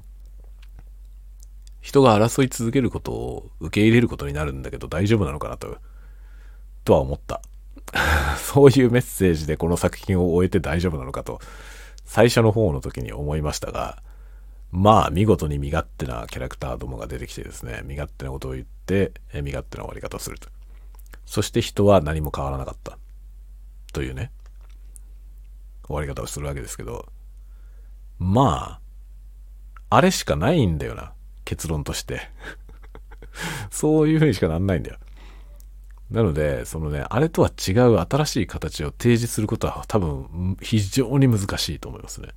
人が争い続けることを受け入れることになるんだけど大丈夫なのかなとは思ったそういうメッセージでこの作品を終えて大丈夫なのかと最初の方の時に思いましたが、まあ見事に身勝手なキャラクターどもが出てきてですね、身勝手なことを言って身勝手な終わり方をすると。そして人は何も変わらなかったというね終わり方をするわけですけど、まああれしかないんだよな、結論としてそういう風にしかなんないんだよ。なのであれとは違う新しい形を提示することは多分非常に難しいと思いますね。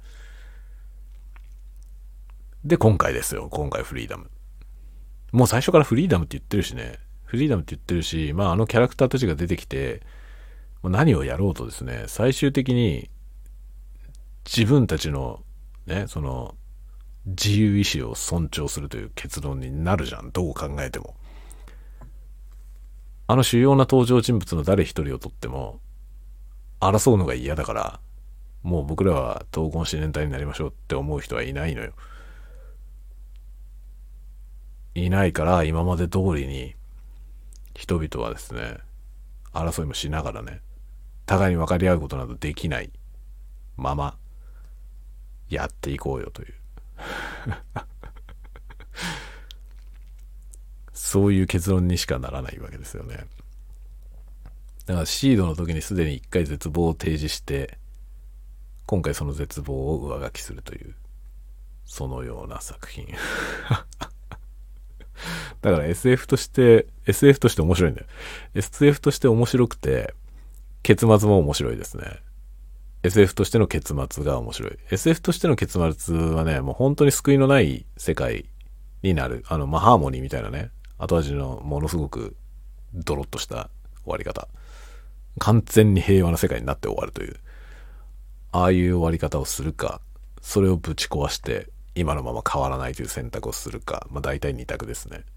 で今回ですよ、今回フリーダム、もう最初からフリーダムって言ってるしね、フリーダムって言ってるし、まああのキャラクターたちが出てきて何をやろうとですね、最終的に自分たちのね自由意志を尊重するという結論になるじゃん、どう考えても。あの主要な登場人物の誰一人をとっても争うのが嫌だから、もう僕らは闘魂四年隊になりましょうって思う人はいないのよ。いないから、今まで通りに人々はですね争いもしながらね、互いに分かり合うことなどできないままやっていこうよというそういう結論にしかならないわけですよね。だからシードの時にすでに一回絶望を提示して、今回その絶望を上書きするという、そのような作品だから SF として面白いんだよ。SF として面白くて、結末も面白いですね。SF としての結末が面白い。SF としての結末はね、もう本当に救いのない世界になる。ハーモニーみたいなね、後味のものすごくドロッとした終わり方。完全に平和な世界になって終わるという。ああいう終わり方をするか、それをぶち壊して今のまま変わらないという選択をするか、まあ大体二択ですね。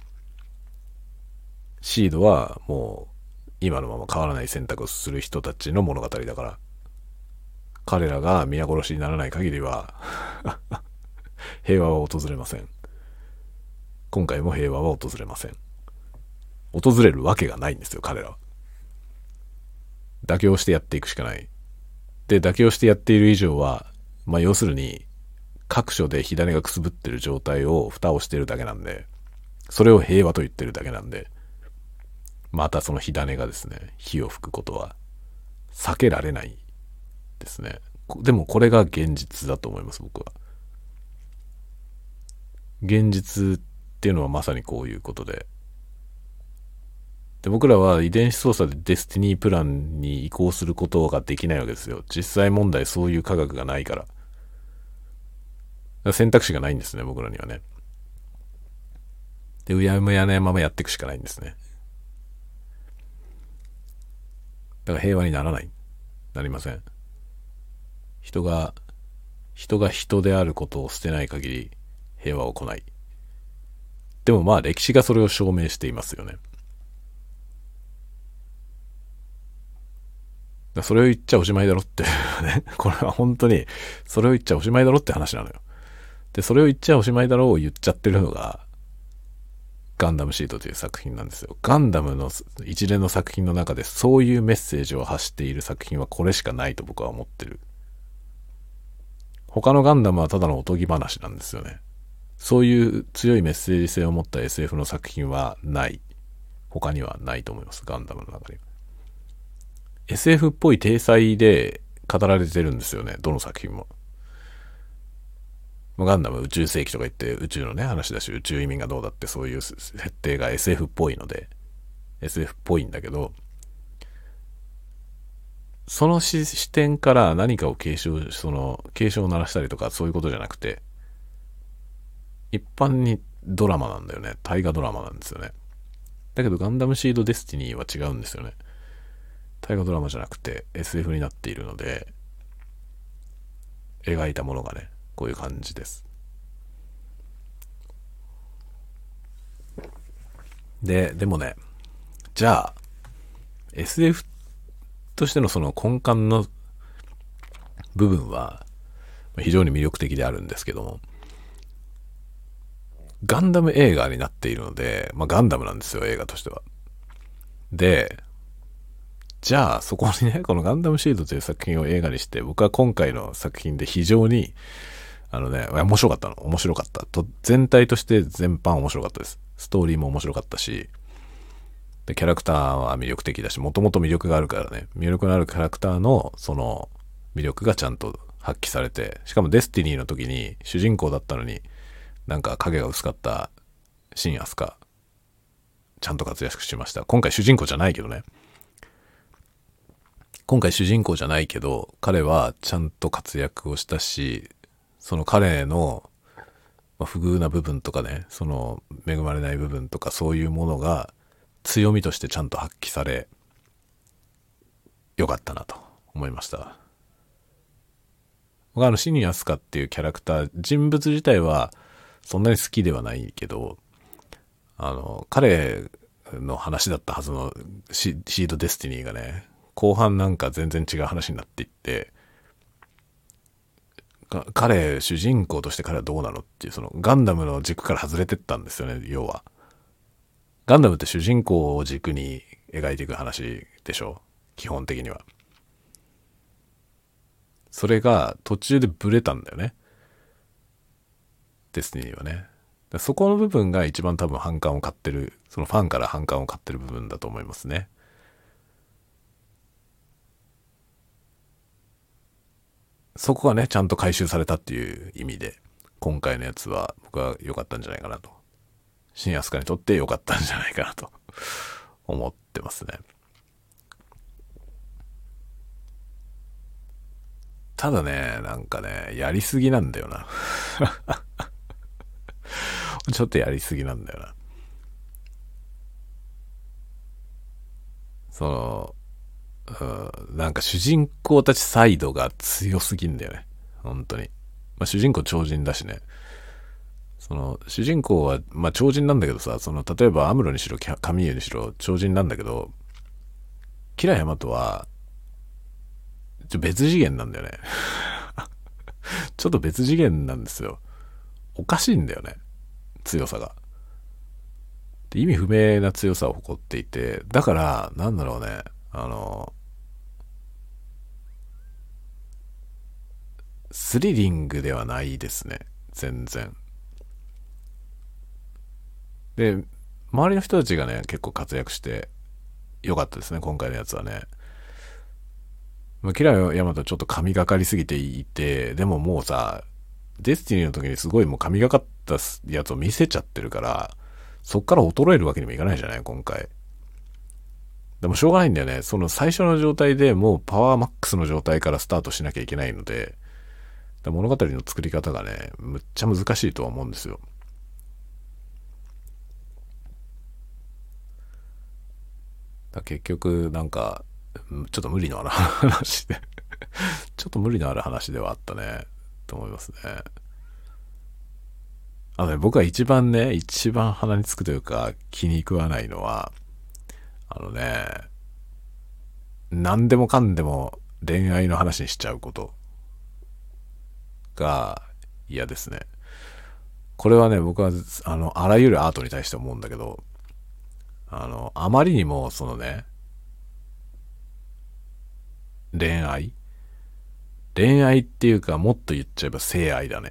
シードはもう今のまま変わらない選択をする人たちの物語だから、彼らが皆殺しにならない限りは平和は訪れません。今回も平和は訪れません。訪れるわけがないんですよ、彼らは。妥協してやっていくしかない。で、妥協してやっている以上は、まあ要するに各所で火種がくすぶってる状態を蓋をしてるだけなんで、それを平和と言ってるだけなんで、 またその火種がですね、火を吹くことは避けられないですね。でもこれが現実だと思います、僕は。現実っていうのはまさにこういうことで、僕らは遺伝子操作でデスティニープランに移行することができないわけですよ。実際問題そういう科学がないから。選択肢がないんですね、僕らにはね。で、うやむやなままやっていくしかないんですね。だから平和にならない。なりません。人が人であることを捨てない限り平和は来ない。でもまあ歴史がそれを証明していますよね。それを言っちゃおしまいだろってね。これは本当にそれを言っちゃおしまいだろって話なのよ。で、それを言っちゃおしまいだろうを言っちゃってるのがガンダムシードという作品なんですよ。ガンダムの一連の作品の中でそういうメッセージを発している作品はこれしかないと僕は思ってる。他のガンダムはただのおとぎ話なんですよね。そういう強いメッセージ性を持った SF の作品はない。他にはないと思います。ガンダムの中に。SF っぽい体裁で語られてるんですよね。どの作品も。ガンダム宇宙世紀とか言って宇宙のね話だし、宇宙移民がどうだってそういう設定が SF っぽいので SF っぽいんだけど、その視点から何かを警鐘を鳴らしたりとかそういうことじゃなくて、一般にドラマなんだよね。大河ドラマなんですよね。だけどガンダムシードデスティニーは違うんですよね。大河ドラマじゃなくて SF になっているので、描いたものがねこういう感じです。でもね、じゃあ SF としてのその根幹の部分は非常に魅力的であるんですけども、ガンダム映画になっているので、ガンダムなんですよ、映画としては。で、じゃあそこにね、このガンダムシードという作品を映画にして、僕は今回の作品で非常に面白かったと、全体として全般面白かったです。ストーリーも面白かったし、でキャラクターは魅力的だし、もともと魅力があるからね、魅力のあるキャラクターのその魅力がちゃんと発揮されて、しかもデスティニーの時に主人公だったのになんか影が薄かった新アスカちゃんと活躍しました。今回主人公じゃないけどね、彼はちゃんと活躍をしたし、その彼の不遇な部分とかね、その恵まれない部分とかそういうものが強みとしてちゃんと発揮され、よかったなと思いました。僕はシニアスカっていうキャラクター、人物自体はそんなに好きではないけど、彼の話だったはずのシードデスティニーがね、後半なんか全然違う話になっていって、主人公として彼はどうなのっていう、そのガンダムの軸から外れてったんですよね、要は。ガンダムって主人公を軸に描いていく話でしょ、基本的には。それが途中でブレたんだよね、デスティニーはね。そこの部分が一番多分反感を買ってる、そのファンから反感を買ってる部分だと思いますね。そこがねちゃんと回収されたっていう意味で、今回のやつは僕は良かったんじゃないかなと、新アスカにとって良かったんじゃないかなと思ってますね。ただね、なんかね、やりすぎなんだよな。ちょっとやりすぎなんだよな。そなんか主人公たちサイドが強すぎんだよね。本当に。主人公超人だしね。その主人公は超人なんだけどさ、例えばアムロにしろカミーユにしろ超人なんだけど、キラヤマトは別次元なんだよね。ちょっと別次元なんですよ。おかしいんだよね、強さが。意味不明な強さを誇っていて、だからなんだろうね、スリリングではないですね、全然。で、周りの人たちがね結構活躍して良かったですね、今回のやつはね。キラヤマトちょっと神がかりすぎていて、でももうさ、デスティニーの時にすごいもう神がかったやつを見せちゃってるから、そっから衰えるわけにもいかないじゃない、今回。でもしょうがないんだよね。その最初の状態でもうパワーマックスの状態からスタートしなきゃいけないので、物語の作り方がね、むっちゃ難しいとは思うんですよ。結局なんかちょっと無理のある話でちょっと無理のある話ではあったねと思いますね。僕は一番鼻につくというか気に食わないのは、あのね、何でもかんでも恋愛の話にしちゃうことが嫌ですね。これはね、僕はあらゆるアートに対して思うんだけど、あまりにもそのね、恋愛っていうか、もっと言っちゃえば性愛だね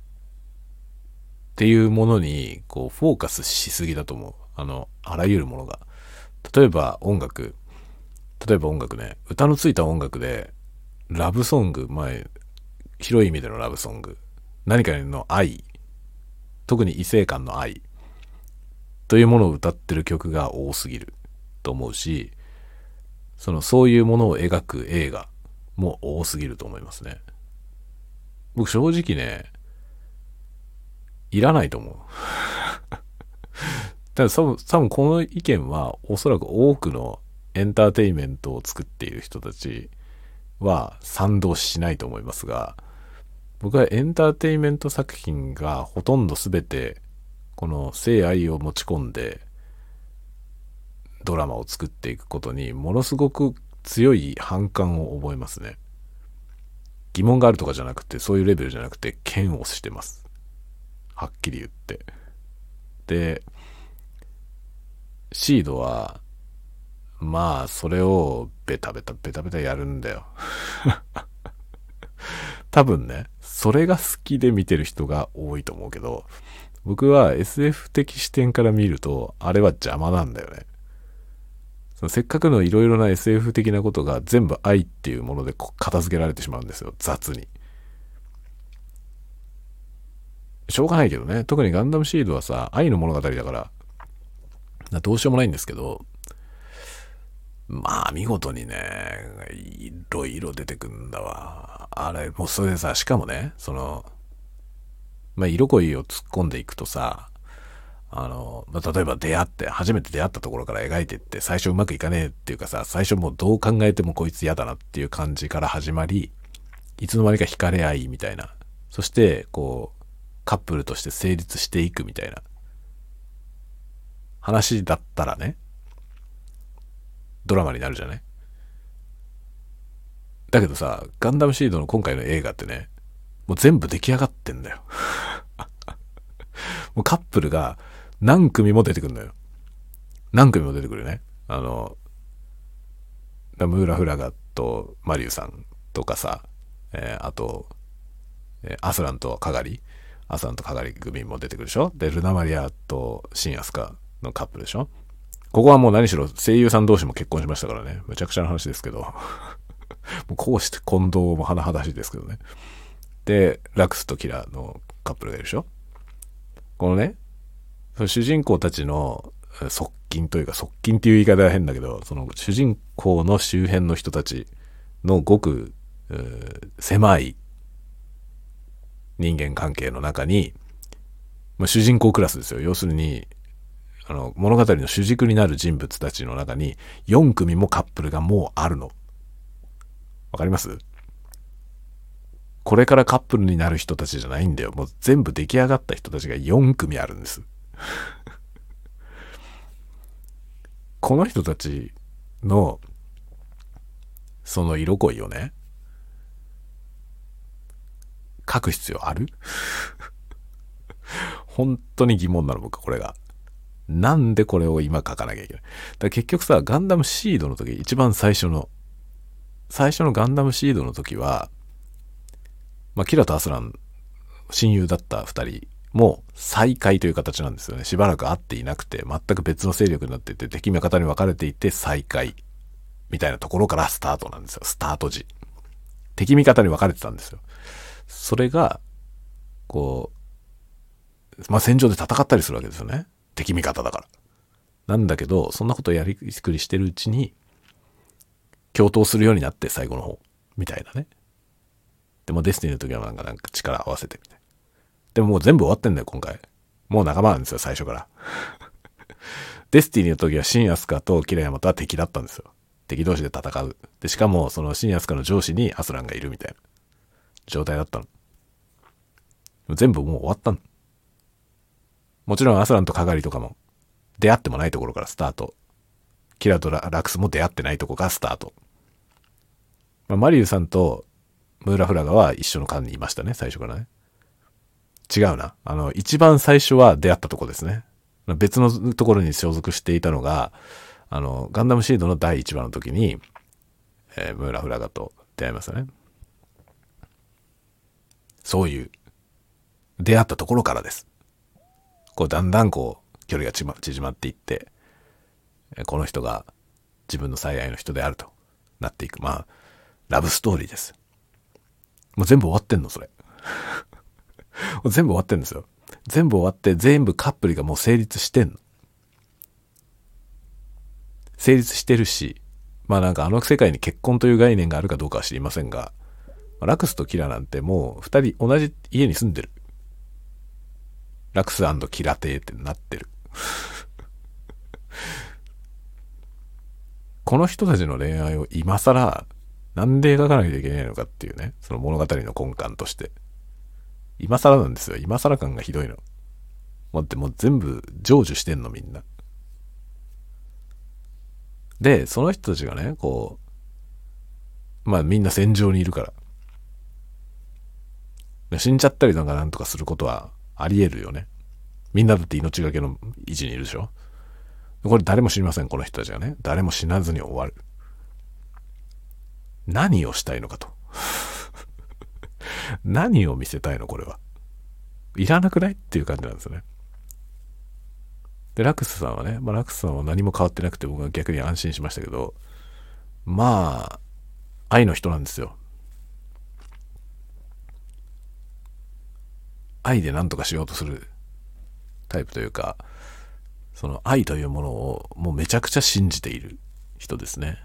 っていうものにこうフォーカスしすぎだと思う。あらゆるものが、例えば音楽ね、歌のついた音楽でラブソング、広い意味でのラブソング、何かへの愛、特に異性間の愛というものを歌ってる曲が多すぎると思うし、そういうものを描く映画も多すぎると思いますね。僕正直ね、いらないと思う。ただ多分この意見はおそらく多くのエンターテインメントを作っている人たちは賛同しないと思いますが、僕はエンターテインメント作品がほとんど全てこの性愛を持ち込んでドラマを作っていくことにものすごく強い反感を覚えますね。疑問があるとかじゃなくて、そういうレベルじゃなくて嫌悪してます、はっきり言って。で、シードはまあそれをベタベタやるんだよ。多分ね、それが好きで見てる人が多いと思うけど、僕は SF 的視点から見るとあれは邪魔なんだよね。せっかくのいろいろな SF 的なことが全部愛っていうもので片付けられてしまうんですよ、雑に。しょうがないけどね、特にガンダムシードはさ、愛の物語だからどうしようもないんですけど、まあ見事にね、いろいろ出てくんだわ。あれ、もうそれでさ、しかもね、色恋を突っ込んでいくとさ、例えば初めて出会ったところから描いてって、最初うまくいかねえっていうかさ、最初もうどう考えてもこいつ嫌だなっていう感じから始まり、いつの間にか惹かれ合いみたいな。そして、カップルとして成立していくみたいな話だったらね、ドラマになるじゃない。だけどさ、ガンダムシードの今回の映画ってね、もう全部出来上がってんだよ。もうカップルが何組も出てくるのよ。何組も出てくるね。ムーラフラガとマリュウさんとかさ、あと、アスランとカガリ組も出てくるでしょ。で、ルナマリアとシンアスカのカップルでしょ。ここはもう何しろ声優さん同士も結婚しましたからね。むちゃくちゃな話ですけど。もうこうして混同も甚だしいですけどね。で、ラクスとキラのカップルがいるでしょ。このね、主人公たちの側近っていう言い方は変だけど、その主人公の周辺の人たちのごく狭い人間関係の中に、主人公クラスですよ。要するに物語の主軸になる人物たちの中に4組もカップルがもうあるの。わかります？これからカップルになる人たちじゃないんだよ。もう全部出来上がった人たちが4組あるんです。この人たちのその色恋をね、書く必要ある？本当に疑問なの、僕これが。なんでこれを今書かなきゃいけない。だから結局さ、ガンダムシードの時、一番最初のガンダムシードの時は、キラとアスラン、親友だった二人もう再会という形なんですよね。しばらく会っていなくて、全く別の勢力になっていて、敵味方に分かれていて再会みたいなところからスタートなんですよ。スタート時。敵味方に分かれてたんですよ。それが、こう、戦場で戦ったりするわけですよね。敵味方だから。なんだけど、そんなことをやりくりしてるうちに、共闘するようになって最後の方、みたいなね。でもデスティニーの時はなんか力合わせてみたいな。でももう全部終わってんだよ、今回。もう仲間なんですよ、最初から。デスティニーの時は新アスカとキラヤマトは敵だったんですよ。敵同士で戦う。で、しかもその新アスカの上司にアスランがいるみたいな状態だったの。全部もう終わったの。もちろんアスランとカガリとかも出会ってもないところからスタート。キラとラクスも出会ってないところからスタート。マリュウさんとムーラフラガは一緒の間にいましたね、最初からね。違うな。一番最初は出会ったとこですね。別のところに所属していたのが、ガンダムシードの第1話の時に、ムーラフラガと出会いましたね。そういう、出会ったところからです。こう、だんだんこう、距離が縮まっていって、この人が自分の最愛の人であるとなっていく。ラブストーリーです。もう全部終わってんの、それ。全部終わってんですよ。全部終わって、全部カップルがもう成立してんの。成立してるし、なんか世界に結婚という概念があるかどうかは知りませんが、ラクスとキラなんてもう二人同じ家に住んでる。ラクス&キラ邸ってなってる。この人たちの恋愛を今更なんで描かないといけないのかっていうね、その物語の根幹として。今更なんですよ。今更感がひどいの。もう全部成就してんのみんな。で、その人たちがね、こう、みんな戦場にいるから。死んじゃったりなんとかすることはあり得るよね。みんなだって命がけの位置にいるでしょ。これ誰も知りません、この人たちがね。誰も死なずに終わる。何をしたいのかと。何を見せたいのこれは。いらなくないっていう感じなんですよね。で、ラクスさんはね、ラクスさんは何も変わってなくて僕は逆に安心しましたけど、愛の人なんですよ。愛で何とかしようとするタイプというか、その愛というものをもうめちゃくちゃ信じている人ですね。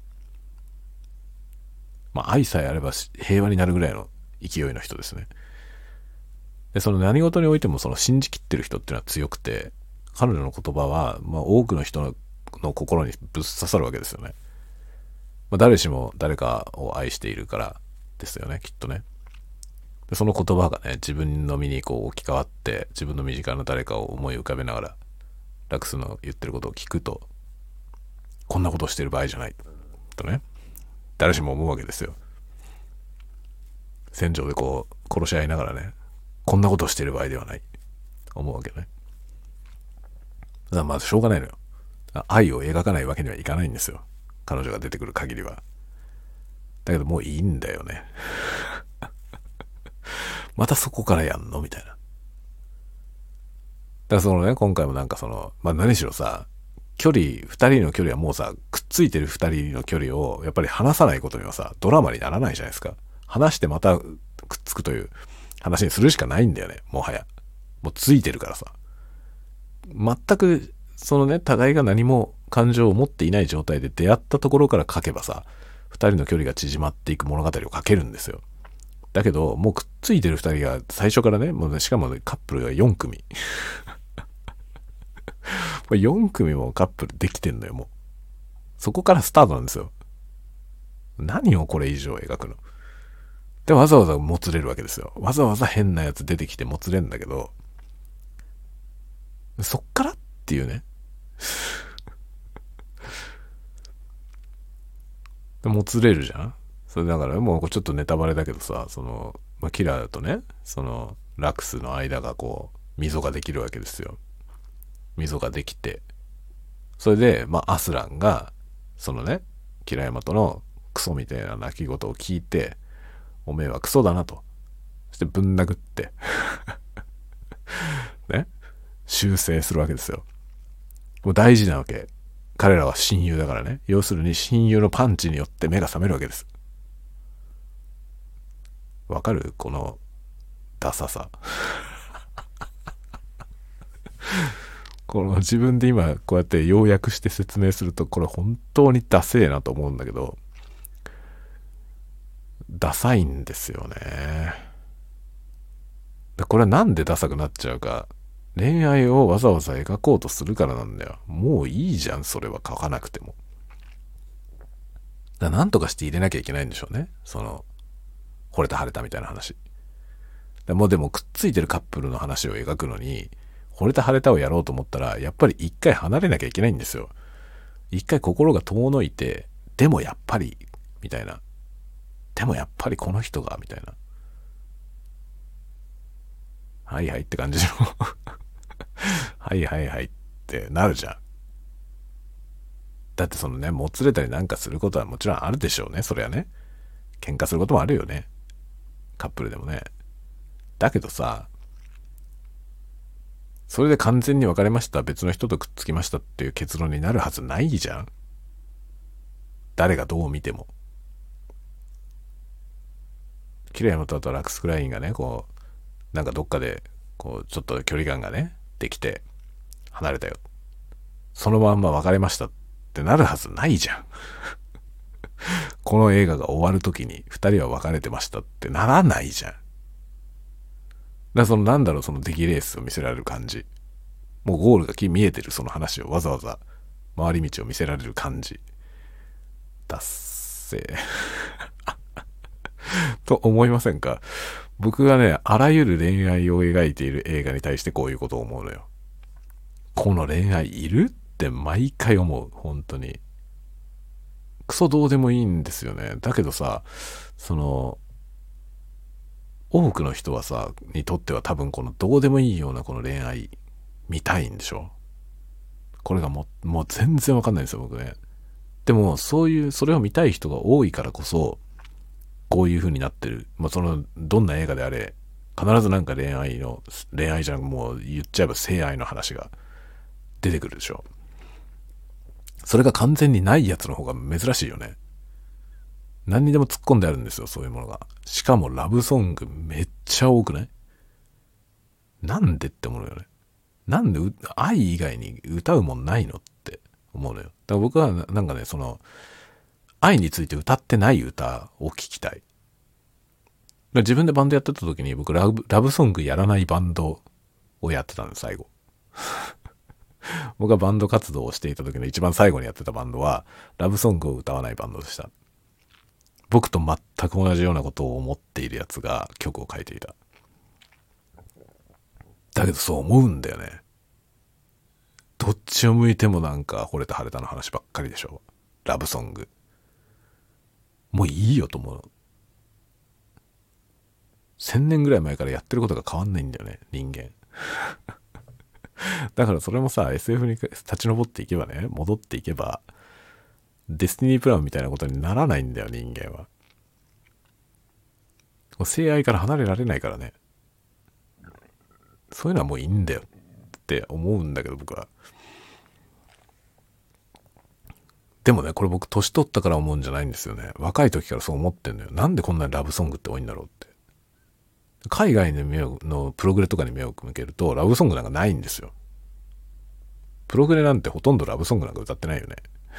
愛さえあれば平和になるぐらいの勢いの人ですね。で、その何事においてもその信じきってる人っていうのは強くて、彼女の言葉は、多くの人の心にぶっ刺さるわけですよね。誰しも誰かを愛しているからですよね、きっとね。で、その言葉がね、自分の身にこう置き換わって、自分の身近な誰かを思い浮かべながら、ラクスの言ってることを聞くと、こんなことをしてる場合じゃない。とね、誰しも思うわけですよ。戦場でこう、殺し合いながらね、こんなことをしてる場合ではない。思うわけね。だからしょうがないのよ。愛を描かないわけにはいかないんですよ。彼女が出てくる限りは。だけどもういいんだよね。またそこからやんのみたいな。だからそのね、今回もなんかその、何しろさ、二人の距離はもうさ、くっついてる二人の距離をやっぱり離さないことにはさ、ドラマにならないじゃないですか。離してまたくっつくという話にするしかないんだよね、もはや。もうついてるからさ。全く、そのね、互いが何も感情を持っていない状態で出会ったところから書けばさ、二人の距離が縮まっていく物語を書けるんですよ。だけど、もうくっついてる二人が最初からね、もうね、しかも、ね、カップルが4組。4組もカップルできてんのよ、もう。そこからスタートなんですよ。何をこれ以上描くの。で、わざわざもつれるわけですよ。わざわざ変なやつ出てきてもつれんだけど、そっからっていうね。もつれるじゃん。それだからもうちょっとネタバレだけどさ、その、キラーとね、その、ラクスの間がこう、溝ができるわけですよ。溝ができて。それで、アスランが、そのね、キラヤマトのクソみたいな泣き言を聞いて、おめえはクソだなと。そしてぶん殴って。 ね。修正するわけですよ。もう大事なわけ。彼らは親友だからね。要するに親友のパンチによって目が覚めるわけです。わかる？このダサさ。この自分で今こうやって要約して説明するとこれ本当にダセえなと思うんだけど、ダサいんですよね。これはなんでダサくなっちゃうか。恋愛をわざわざ描こうとするからなんだよ。もういいじゃん、それは書かなくても。なんとかして入れなきゃいけないんでしょうね。その、惚れた晴れたみたいな話。もうでもくっついてるカップルの話を描くのに、惚れた晴れたをやろうと思ったら、やっぱり一回離れなきゃいけないんですよ。一回心が遠のいて、でもやっぱり、みたいな。でもやっぱりこの人が、みたいな。はいはいって感じの。はいはいはいってなるじゃん。だってそのね、もつれたりなんかすることはもちろんあるでしょうね。それはね。喧嘩することもあるよね。カップルでもね。だけどさ、それで完全に別れました、別の人とくっつきましたっていう結論になるはずないじゃん。誰がどう見ても。キラヤマとあとラックス・クラインがね、こう、なんかどっかで、こう、ちょっと距離感がね、できて、離れたよ。そのまんま別れましたってなるはずないじゃん。この映画が終わるときに、二人は別れてましたってならないじゃん。だからそのなんだろう、その出来レースを見せられる感じ。もうゴールが見えてるその話をわざわざ回り道を見せられる感じ。だっせー。と思いませんか？僕がね、あらゆる恋愛を描いている映画に対してこういうことを思うのよ。この恋愛いるって毎回思う。本当に。クソどうでもいいんですよね。だけどさ、その、多くの人はさ、にとっては多分このどうでもいいようなこの恋愛見たいんでしょ？これがもう全然わかんないんですよ、僕ね。でも、そういう、それを見たい人が多いからこそ、こういう風になってる。まあ、その、どんな映画であれ、必ずなんか恋愛じゃなくもう言っちゃえば性愛の話が出てくるでしょ。それが完全にないやつの方が珍しいよね。何にでも突っ込んであるんですよ、そういうものが。しかもラブソングめっちゃ多くない？なんでって思うよね。なんで愛以外に歌うもんないのって思うのよ。だから僕はなんかね、その、愛について歌ってない歌を聴きたい。自分でバンドやってた時に僕ラブソングやらないバンドをやってたんです、最後。僕がバンド活動をしていた時の一番最後にやってたバンドは、ラブソングを歌わないバンドでした。僕と全く同じようなことを思っているやつが曲を書いていた。だけどそう思うんだよね。どっちを向いてもなんか惚れた晴れたの話ばっかりでしょ。ラブソング。もういいよと思う。1000年ぐらい前からやってることが変わんないんだよね、人間。だからそれもさ、SF に立ち上っていけばね、戻っていけば、デスティニープランみたいなことにならないんだよ、人間は。性愛から離れられないからね。そういうのはもういいんだよって思うんだけど、僕は。でもね、これ僕年取ったから思うんじゃないんですよね。若い時からそう思ってんのよ。なんでこんなにラブソングって多いんだろうって。海外のプログレとかに目を向けると、ラブソングなんかないんですよ。プログレなんてほとんどラブソングなんか歌ってないよね。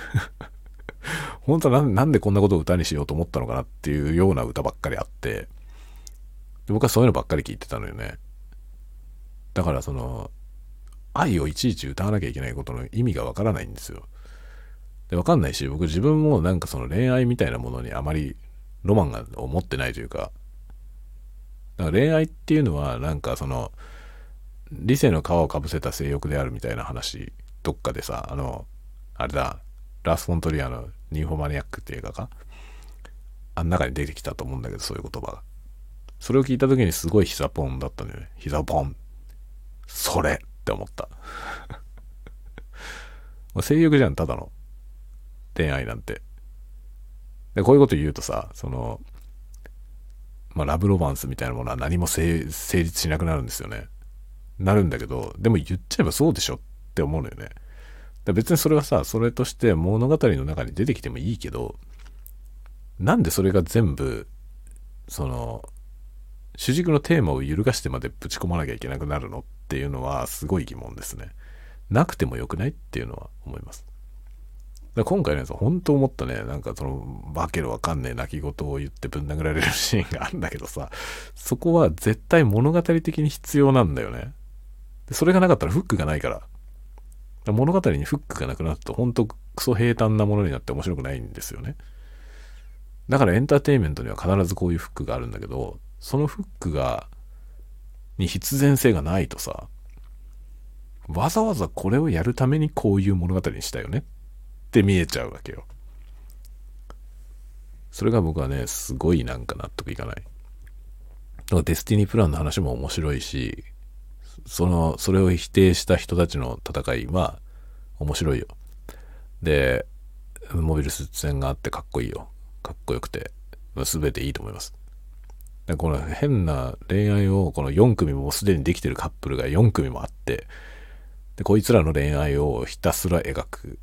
本当はなんでこんなことを歌にしようと思ったのかなっていうような歌ばっかりあって、僕はそういうのばっかり聞いてたのよね。だからその、愛をいちいち歌わなきゃいけないことの意味がわからないんですよ。で、わかんないし、僕自分もなんかその恋愛みたいなものにあまりロマンを持ってないというか、だから恋愛っていうのはなんかその、理性の皮をかぶせた性欲であるみたいな話、どっかでさ、あれだ、ラス・フォントリアのニンフォマニアックって映画か、あん中に出てきたと思うんだけど、そういう言葉が。それを聞いた時にすごい膝ポンだったんだよね。膝ポン。それって思った。性欲じゃん、ただの。恋愛なんて。で、こういうこと言うとさ、その、まあ、ラブロマンスみたいなものは何も成立しなくなるんですよね。 なるんだけど、でも言っちゃえばそうでしょって思うのよね。だから別にそれはさ、それとして物語の中に出てきてもいいけど、なんでそれが全部、その、主軸のテーマを揺るがしてまでぶち込まなきゃいけなくなるのっていうのはすごい疑問ですね。なくてもよくないっていうのは思います。だから今回のやつは本当思ったね。なんかその、わけのわかんねえ泣き言を言ってぶん殴られるシーンがあるんだけどさ、そこは絶対物語的に必要なんだよね。でそれがなかったらフックがないから。物語にフックがなくなると本当クソ平坦なものになって面白くないんですよね。だからエンターテインメントには必ずこういうフックがあるんだけど、そのフックに必然性がないとさ、わざわざこれをやるためにこういう物語にしたよねって見えちゃうわけよ。それが僕はね、すごいなんか納得いかない。だからデスティニープランの話も面白いし、それを否定した人たちの戦いは面白いよ。で、モビルスーツ戦があってかっこいいよ。かっこよくて、全ていいと思います。この変な恋愛をこの4組もすでにできてるカップルが4組もあって、でこいつらの恋愛をひたすら描く。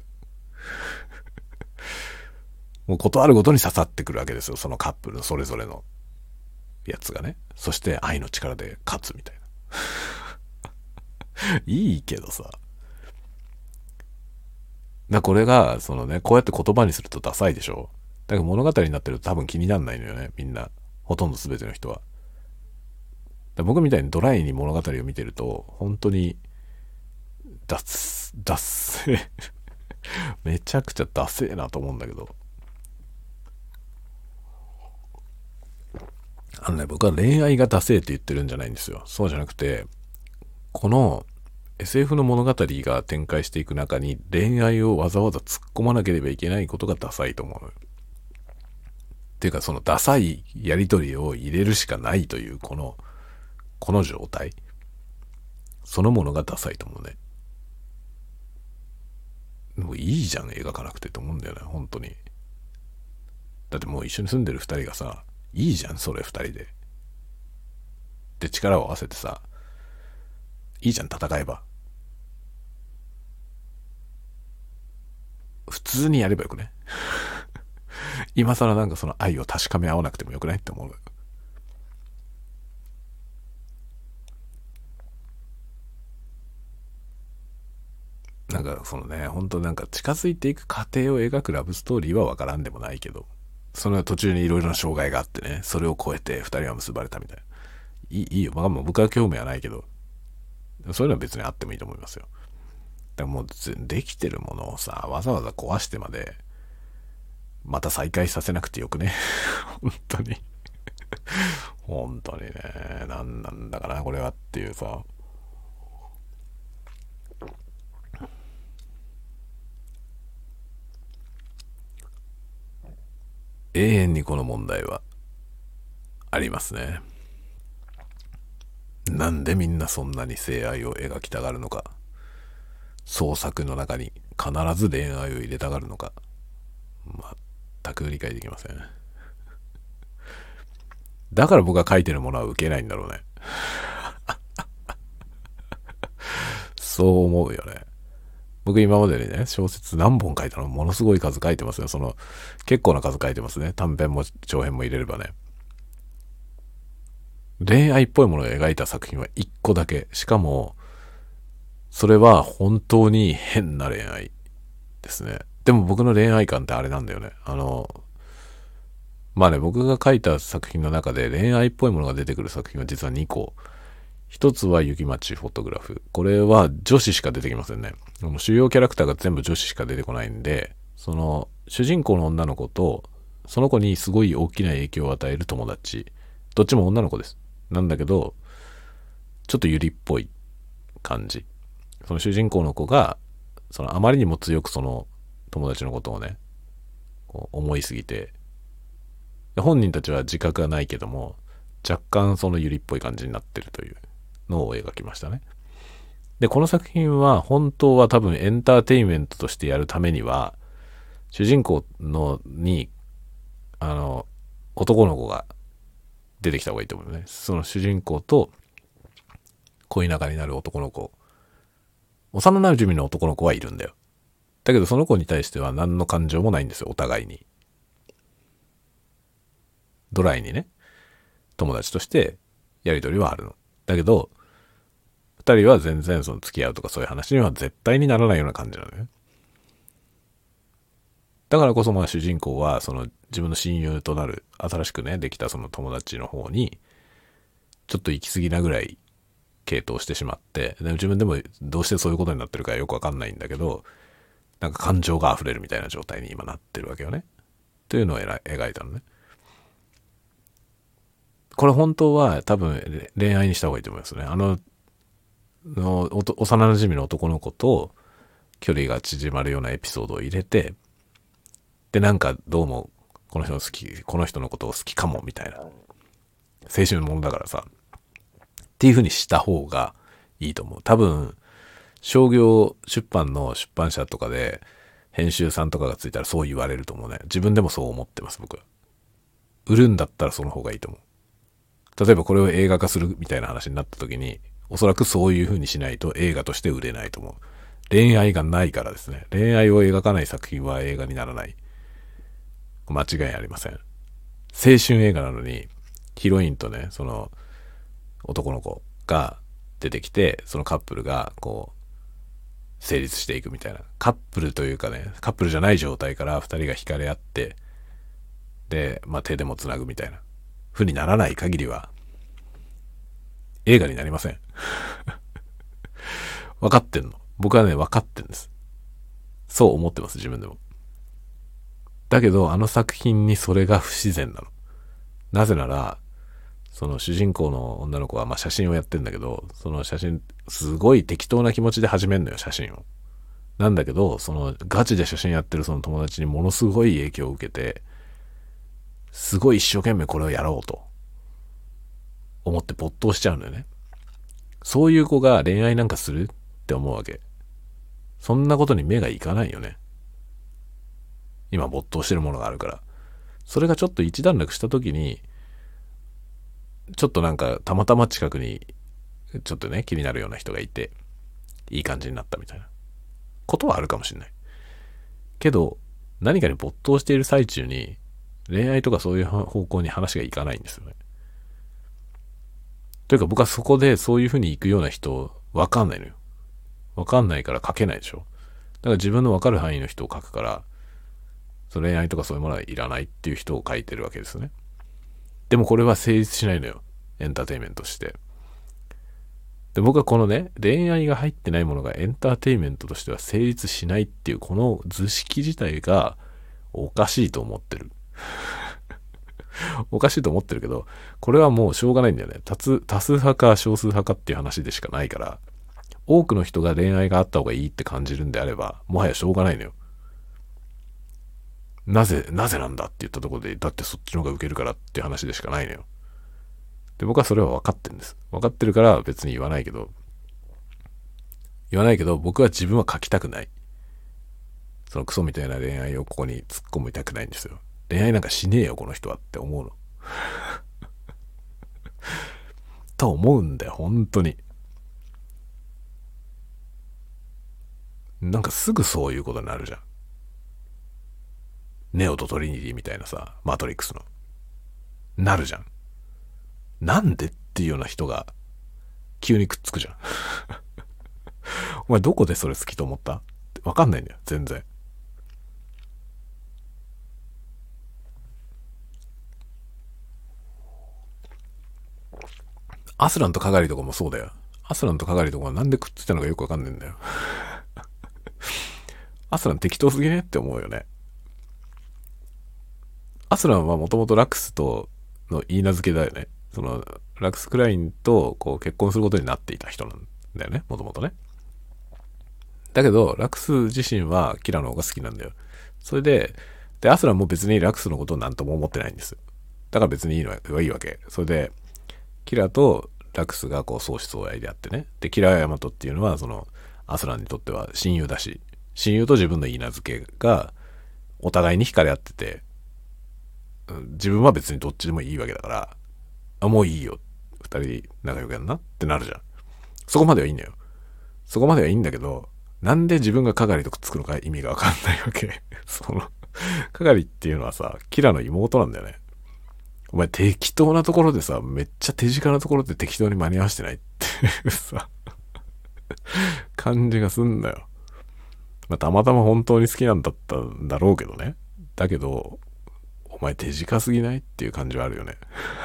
もうことあるごとに刺さってくるわけですよ。そのカップルのそれぞれのやつがね。そして愛の力で勝つみたいな。いいけどさ。これが、そのね、こうやって言葉にするとダサいでしょ。だから物語になってると多分気になんないのよね。みんな。ほとんど全ての人は。僕みたいにドライに物語を見てると、本当に、ダッセー。めちゃくちゃダセーなと思うんだけど。僕は恋愛がダセーって言ってるんじゃないんですよ。そうじゃなくて、この SF の物語が展開していく中に恋愛をわざわざ突っ込まなければいけないことがダサいと思う。っていうかそのダサいやりとりを入れるしかないというこの状態。そのものがダサいと思うね。もういいじゃん、描かなくてと思うんだよね、本当に。だってもう一緒に住んでる二人がさ、いいじゃん、それ二人で。で、力を合わせてさ、いいじゃん、戦えば。普通にやればよくね。今更なんかその愛を確かめ合わなくてもよくないって思う。なんかそのね、本当なんか近づいていく過程を描くラブストーリーはわからんでもないけど、その途中にいろいろな障害があってね、それを超えて二人は結ばれたみたいな。いいよ。まあ僕は興味はないけど、そういうのは別にあってもいいと思いますよ。だからもうできてるものをさ、わざわざ壊してまで、また再開させなくてよくね。本当に。本当にね、なんなんだかな、これはっていうさ。永遠にこの問題はありますね。なんでみんなそんなに性愛を描きたがるのか。創作の中に必ず恋愛を入れたがるのか。全く理解できません。だから僕が書いてるものは受けないんだろうね。そう思うよね。僕今までにね、小説何本書いたの？ものすごい数書いてますよ。結構な数書いてますね。短編も長編も入れればね。恋愛っぽいものを描いた作品は一個だけ。しかも、それは本当に変な恋愛ですね。でも僕の恋愛観ってあれなんだよね。まあね、僕が書いた作品の中で恋愛っぽいものが出てくる作品は実は2個。一つは雪町フォトグラフ。これは女子しか出てきませんね。主要キャラクターが全部女子しか出てこないんで、主人公の女の子と、その子にすごい大きな影響を与える友達。どっちも女の子です。なんだけど、ちょっとゆりっぽい感じ。その主人公の子が、あまりにも強くその友達のことをね、こう思いすぎて、本人たちは自覚がないけども、若干そのゆりっぽい感じになってるというのを描きましたね。で、この作品は本当は多分エンターテインメントとしてやるためには、主人公に、男の子が出てきた方がいいと思うね。その主人公と、 恋仲になる男の子、幼馴染の男の子はいるんだよ。だけどその子に対しては何の感情もないんですよ、お互いに。ドライにね、友達としてやりとりはあるの。だけど、二人は全然その付き合うとかそういう話には絶対にならないような感じなのね。だからこそまあ主人公はその自分の親友となる新しくねできたその友達の方にちょっと行き過ぎなぐらい傾倒してしまって、で自分でもどうしてそういうことになってるかよくわかんないんだけど、なんか感情が溢れるみたいな状態に今なってるわけよね。というのを描いたのね。これ本当は多分恋愛にした方がいいと思いますね。幼馴染の男の子と距離が縮まるようなエピソードを入れて、でなんかどうもこの人の好き、この人のことを好きかもみたいな青春のものだからさっていう風にした方がいいと思う。多分商業出版の出版社とかで編集さんとかがついたらそう言われると思うね。自分でもそう思ってます僕は。売るんだったらその方がいいと思う。例えばこれを映画化するみたいな話になった時におそらくそういう風にしないと映画として売れないと思う。恋愛がないからですね。恋愛を描かない作品は映画にならない。間違いありません。青春映画なのにヒロインとねその男の子が出てきて、そのカップルがこう成立していくみたいな、カップルというかねカップルじゃない状態から二人が惹かれ合って、でまあ手でもつなぐみたいな風にならない限りは映画になりません。分かってんの。僕はね分かってんです。そう思ってます自分でも。だけどあの作品にそれが不自然なの。なぜならその主人公の女の子はまあ写真をやってんだけど、その写真すごい適当な気持ちで始めんのよ写真を。なんだけどそのガチで写真やってるその友達にものすごい影響を受けて、すごい一生懸命これをやろうと思って没頭しちゃうんだよね。そういう子が恋愛なんかするって思うわけ。そんなことに目がいかないよね。今没頭してるものがあるから。それがちょっと一段落した時にちょっとなんかたまたま近くにちょっとね気になるような人がいていい感じになったみたいなことはあるかもしれないけど、何かに没頭している最中に恋愛とかそういう方向に話がいかないんですよね。というか僕はそこでそういう風に行くような人わかんないのよ。わかんないから書けないでしょ。だから自分のわかる範囲の人を書くから、その恋愛とかそういうものはいらないっていう人を書いてるわけですね。でもこれは成立しないのよ。エンターテインメントとして。で僕はこのね、恋愛が入ってないものがエンターテインメントとしては成立しないっていうこの図式自体がおかしいと思ってる。おかしいと思ってるけど、これはもうしょうがないんだよね。多数派か少数派かっていう話でしかないから、多くの人が恋愛があった方がいいって感じるんであれば、もはやしょうがないのよ。なぜなんだって言ったところで、だってそっちの方がウケるからっていう話でしかないのよ。で、僕はそれは分かってるんです。分かってるから別に言わないけど、僕は自分は書きたくない。そのクソみたいな恋愛をここに突っ込みたくないんですよ。恋愛なんかしねえよこの人はって思うの。と思うんだよ本当に。なんかすぐそういうことになるじゃん。ネオとトリニティみたいなさ、マトリックスのなるじゃん。なんでっていうような人が急にくっつくじゃん。お前どこでそれ好きと思った？わかんないんだよ全然。アスランとカガリとかもそうだよ。アスランとカガリとかなんでくっついたのかよくわかんないんだよ。アスラン適当すぎねって思うよね。アスランはもともとラックスとの言い名付けだよね。そのラックス・クラインとこう結婚することになっていた人なんだよね、もともとね。だけどラックス自身はキラの方が好きなんだよ。それでアスランも別にラックスのことを何とも思ってないんです。だから別にいいわけ。それでキラとラックスがこう相思相愛であってね。でキラヤマトっていうのはそのアスランにとっては親友だし、親友と自分の言い名付けがお互いに惹かれ合ってて、自分は別にどっちでもいいわけだから、あ、もういいよ。二人仲良くやんなってなるじゃん。 そこまではいいんだよ。そこまではいいんだけど、なんで自分がかがりとくっつくのか意味がわかんないわけ。その、かがりっていうのはさ、キラの妹なんだよね。お前適当なところでさ、めっちゃ手近なところで適当に間に合わせてないっていうさ、感じがすんだよ。まあ、たまたま本当に好きなんだったんだろうけどね。だけど、お前手近すぎないっていう感じはあるよね。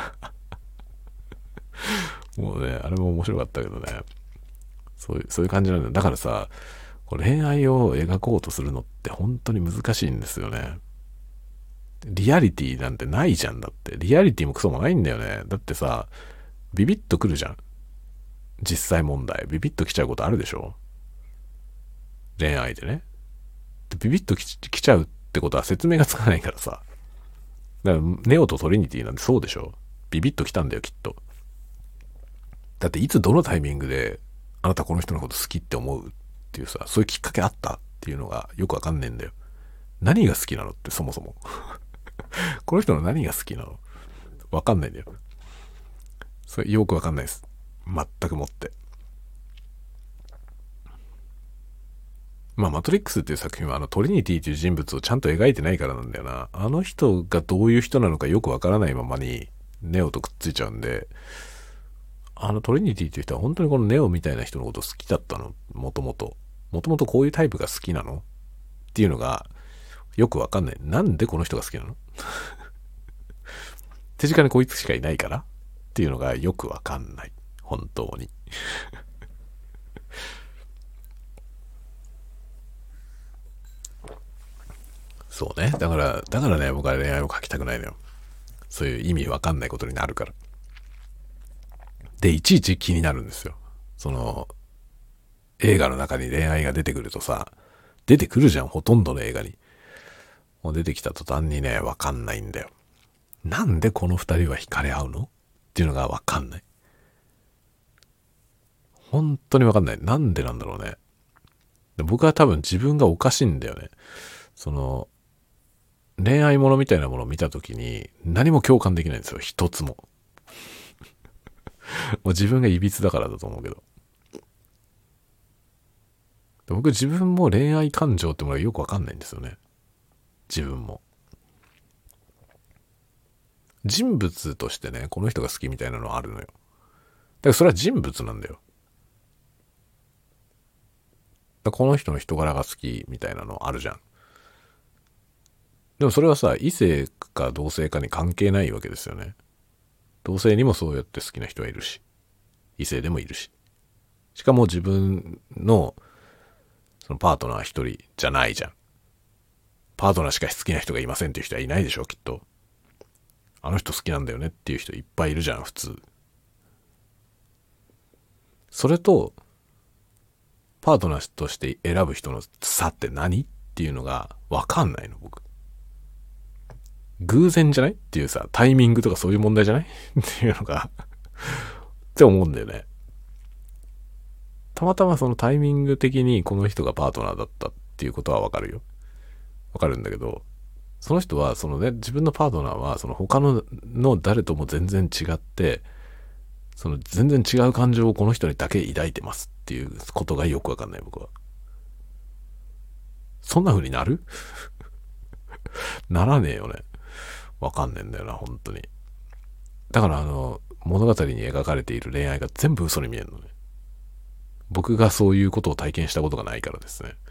もうね、あれも面白かったけどね。そういう感じなんだよ。だからさ、これ恋愛を描こうとするのって本当に難しいんですよね。リアリティなんてないじゃんだって。リアリティもクソもないんだよね。だってさ、ビビッとくるじゃん。実際問題。ビビッときちゃうことあるでしょ？恋愛でね。ビビッときちゃうってことは説明がつかないからさ。だからネオとトリニティなんてそうでしょ？ビビッときたんだよ、きっと。だっていつどのタイミングであなたこの人のこと好きって思うっていうさ、そういうきっかけあったっていうのがよくわかんねえんだよ。何が好きなのってそもそも。この人の何が好きなのわかんないんだよ。それよくわかんないです。全くもって。まあ、マトリックスっていう作品はトリニティという人物をちゃんと描いてないからなんだよな。あの人がどういう人なのかよくわからないままにネオとくっついちゃうんで、トリニティという人は本当にこのネオみたいな人のこと好きだったの？もともとこういうタイプが好きなのっていうのがよくわかんない。なんでこの人が好きなの？手近にこいつしかいないからっていうのがよくわかんない。本当に。そうね。だからね、僕は恋愛を描きたくないのよ。そういう意味わかんないことになるから。で、いちいち気になるんですよ。その、映画の中に恋愛が出てくるとさ、出てくるじゃん、ほとんどの映画に。もう出てきた途端にね、わかんないんだよ。なんでこの二人は惹かれ合うのっていうのがわかんない。本当にわかんない。なんでなんだろうね。僕は多分自分がおかしいんだよね。その、恋愛ものみたいなものを見たときに何も共感できないんですよ。一つも。もう自分が歪だからだと思うけど。僕自分も恋愛感情ってものがよくわかんないんですよね。自分も。人物としてね、この人が好きみたいなのはあるのよ。だからそれは人物なんだよ。だからこの人の人柄が好きみたいなのあるじゃん。でもそれはさ、異性か同性かに関係ないわけですよね。同性にもそうやって好きな人はいるし、異性でもいるし。しかも自分のそのパートナー一人じゃないじゃん。パートナーしか好きな人がいませんっていう人はいないでしょ、きっと。あの人好きなんだよねっていう人いっぱいいるじゃん、普通。それと、パートナーとして選ぶ人の差って何っていうのがわかんないの、僕。偶然じゃないっていうさ、タイミングとかそういう問題じゃないっていうのがって思うんだよね。たまたまそのタイミング的にこの人がパートナーだったっていうことはわかるよ。わかるんだけど、その人はそのね、自分のパートナーはその他の誰とも全然違って、その全然違う感情をこの人にだけ抱いてますっていうことがよくわかんない、僕は。そんな風になるならねえよね。わかんねえんだよな、本当に。だから物語に描かれている恋愛が全部嘘に見えるのね。僕がそういうことを体験したことがないからですね。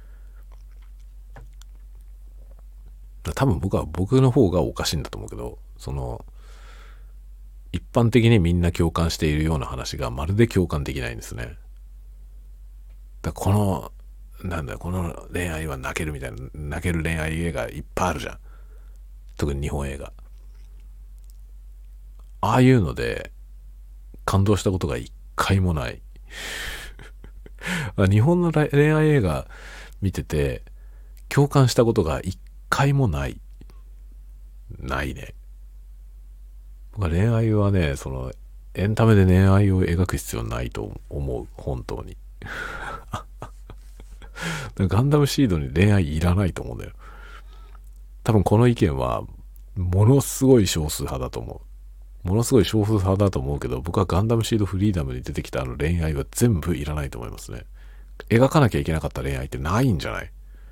多分僕の方がおかしいんだと思うけど、その、一般的にみんな共感しているような話がまるで共感できないんですね。だからこの恋愛は泣けるみたいな、泣ける恋愛映画いっぱいあるじゃん。特に日本映画。ああいうので感動したことが一回もない。日本の恋愛映画見てて共感したことが一回もない。ないね。僕は恋愛はね、そのエンタメで恋愛を描く必要ないと思う。本当に。ガンダムシードに恋愛いらないと思うんだよ。多分この意見はものすごい少数派だと思う。 ものすごい少数派だと思うけど、僕はガンダムシードフリーダムに出てきたあの恋愛は全部いらないと思いますね。描かなきゃいけなかった恋愛ってないんじゃない？